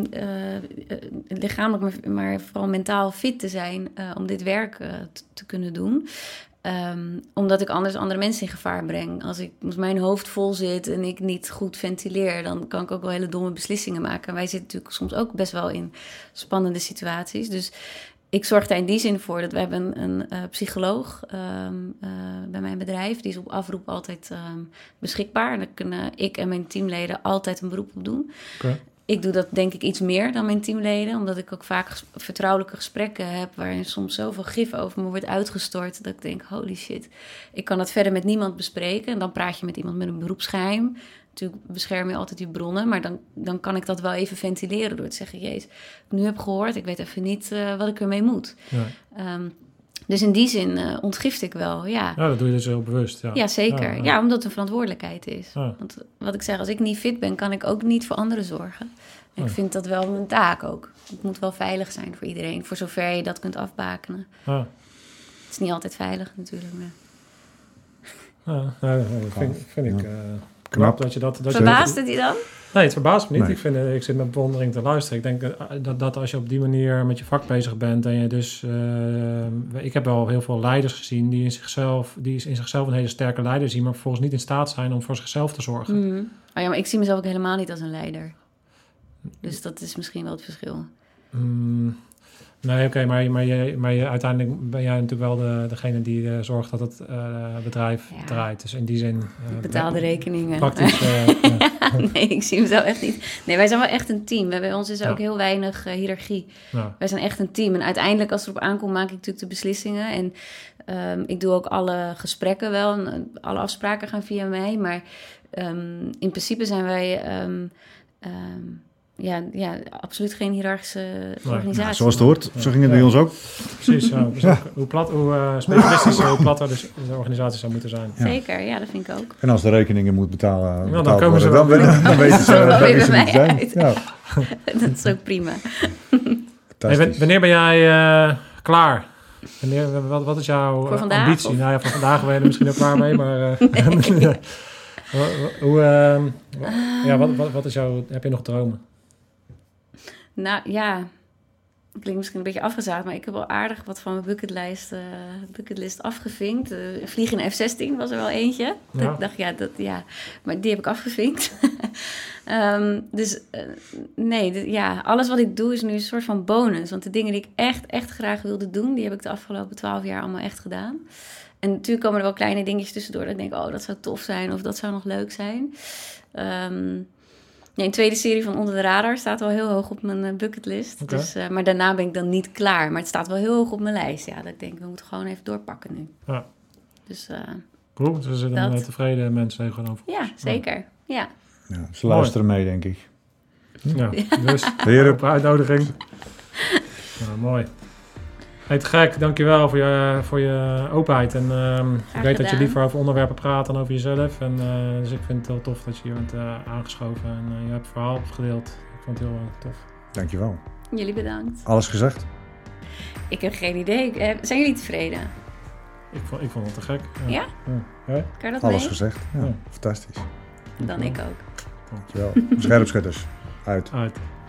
lichamelijk, maar vooral mentaal fit te zijn om dit werk te kunnen doen. Omdat ik anders andere mensen in gevaar breng. Als mijn hoofd vol zit en ik niet goed ventileer, dan kan ik ook wel hele domme beslissingen maken. En wij zitten natuurlijk soms ook best wel in spannende situaties. Dus ik zorg daar in die zin voor dat we hebben een psycholoog bij mijn bedrijf. Die is op afroep altijd beschikbaar. En daar kunnen ik en mijn teamleden altijd een beroep op doen. Okay. Ik doe dat denk ik iets meer dan mijn teamleden. Omdat ik ook vaak vertrouwelijke gesprekken heb waarin soms zoveel gif over me wordt uitgestort dat ik denk, holy shit, ik kan dat verder met niemand bespreken. En dan praat je met iemand met een beroepsgeheim. Natuurlijk bescherm je altijd je bronnen, maar dan kan ik dat wel even ventileren door te zeggen, jezus, ik nu heb gehoord, ik weet even niet wat ik ermee moet. Ja. Dus in die zin ontgift ik wel, ja. Ja, dat doe je dus heel bewust. Ja, zeker. Ja, omdat het een verantwoordelijkheid is. Ja. Want wat ik zeg, als ik niet fit ben, kan ik ook niet voor anderen zorgen. En ik vind dat wel mijn taak ook. Het moet wel veilig zijn voor iedereen, voor zover je dat kunt afbakenen. Ja. Het is niet altijd veilig natuurlijk. Maar... dat vind ik knap dat je dat... Verbaast het je dan? Nee, het verbaast me niet. Nee. Ik zit met bewondering te luisteren. Ik denk dat als je op die manier met je vak bezig bent en je dus... ik heb wel heel veel leiders gezien die in zichzelf een hele sterke leider zien, maar vervolgens niet in staat zijn om voor zichzelf te zorgen. Mm-hmm. Oh ja, maar ik zie mezelf ook helemaal niet als een leider. Dus dat is misschien wel het verschil. Nee, oké, maar uiteindelijk ben jij natuurlijk wel degene die zorgt dat het bedrijf draait. Dus in die zin... Betaal de rekeningen. Praktisch. Nee, ik zie mezelf echt niet. Nee, wij zijn wel echt een team. Bij ons is er ook heel weinig hiërarchie. Ja. Wij zijn echt een team. En uiteindelijk, als het erop aankomt, maak ik natuurlijk de beslissingen. En ik doe ook alle gesprekken wel. En alle afspraken gaan via mij. Maar in principe zijn wij... Ja, absoluut geen hiërarchische organisatie. Ja, zoals het hoort. Zo ging het bij ons ook. Precies, ja. Hoe specialistisch, hoe platter de organisatie zou moeten zijn. Ja. Zeker, ja, dat vind ik ook. En als de rekeningen moet betalen dan komen ze dan weten ze waar ze moeten zijn. Ja. Dat is ook prima. Hey, wanneer ben jij klaar? Wat is jouw ambitie? Nou ja, voor vandaag ben je er misschien ook klaar mee, maar... Wat is jouw... Heb je nog dromen? Nou ja, klinkt misschien een beetje afgezaagd, maar ik heb wel aardig wat van mijn bucketlist afgevinkt. Vliegen in F-16 was er wel eentje. Ja. Ik dacht, maar die heb ik afgevinkt. Alles wat ik doe is nu een soort van bonus. Want de dingen die ik echt graag wilde doen, die heb ik de afgelopen 12 jaar allemaal echt gedaan. En natuurlijk komen er wel kleine dingetjes tussendoor. Dat ik denk, dat zou tof zijn of dat zou nog leuk zijn. Een tweede serie van Onder de Radar staat wel heel hoog op mijn bucketlist. Okay. Dus, maar daarna ben ik dan niet klaar. Maar het staat wel heel hoog op mijn lijst. Ja, dat ik denk, we moeten gewoon even doorpakken nu. Ja. Dus, cool, dus er zitten tevreden mensen tegenover. Ja, zeker. Ja. Ja, ze luisteren mee, denk ik. Ja, dus heren op uitnodiging. Mooi. Hey, te gek, dankjewel voor je openheid. En ik weet dat je liever over onderwerpen praat dan over jezelf. En, dus ik vind het heel tof dat je hier bent aangeschoven. En je hebt het verhaal gedeeld. Ik vond het heel tof. Dankjewel. Jullie bedankt. Alles gezegd? Ik heb geen idee. Zijn jullie tevreden? Ik vond het te gek. Ja? Ja. Kan je dat Alles mee? gezegd. Ja, fantastisch. Dan ik ook. Dankjewel. Scherpschutters. Uit.